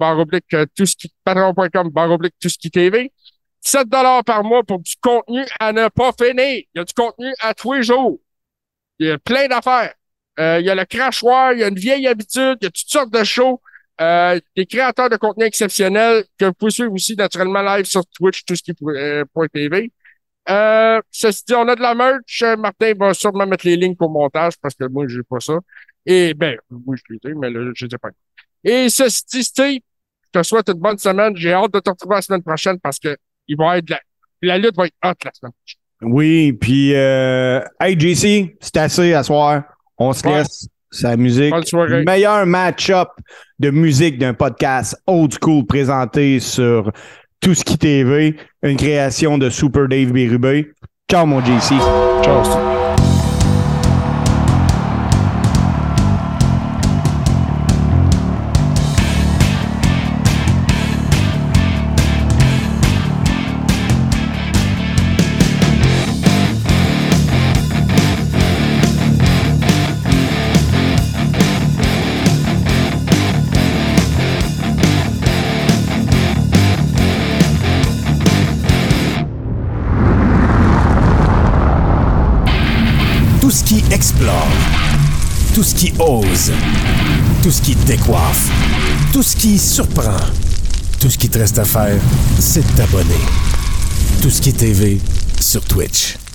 Patreon.com Touski TV. 7$ par mois pour du contenu à ne pas finir. Il y a du contenu à tous les jours. Il y a plein d'affaires. Il y a le crachoir, il y a une vieille habitude, il y a toutes sortes de shows. Des créateurs de contenu exceptionnels que vous pouvez suivre aussi naturellement live sur Twitch, touski.tv. Ceci dit, on a de la merch. Martin va sûrement mettre les lignes pour montage parce que moi, j'ai pas ça. Et ben, oui, je l'ai dit, mais là, je ne sais pas. Et ceci dit, Steve, je te souhaite une bonne semaine. J'ai hâte de te retrouver la semaine prochaine parce que il va être la lutte va être hot la semaine prochaine. Oui, puis hey JC, c'est assez à soir. On se laisse. C'est la musique. Le meilleur match-up de musique d'un podcast old school présenté sur Touski TV, une création de Super Dave Bérubé. Ciao mon JC. Ciao. Tout ce qui explore, tout ce qui ose, tout ce qui décoiffe, tout ce qui surprend, tout ce qui te reste à faire, c'est de t'abonner. Touski TV sur Twitch.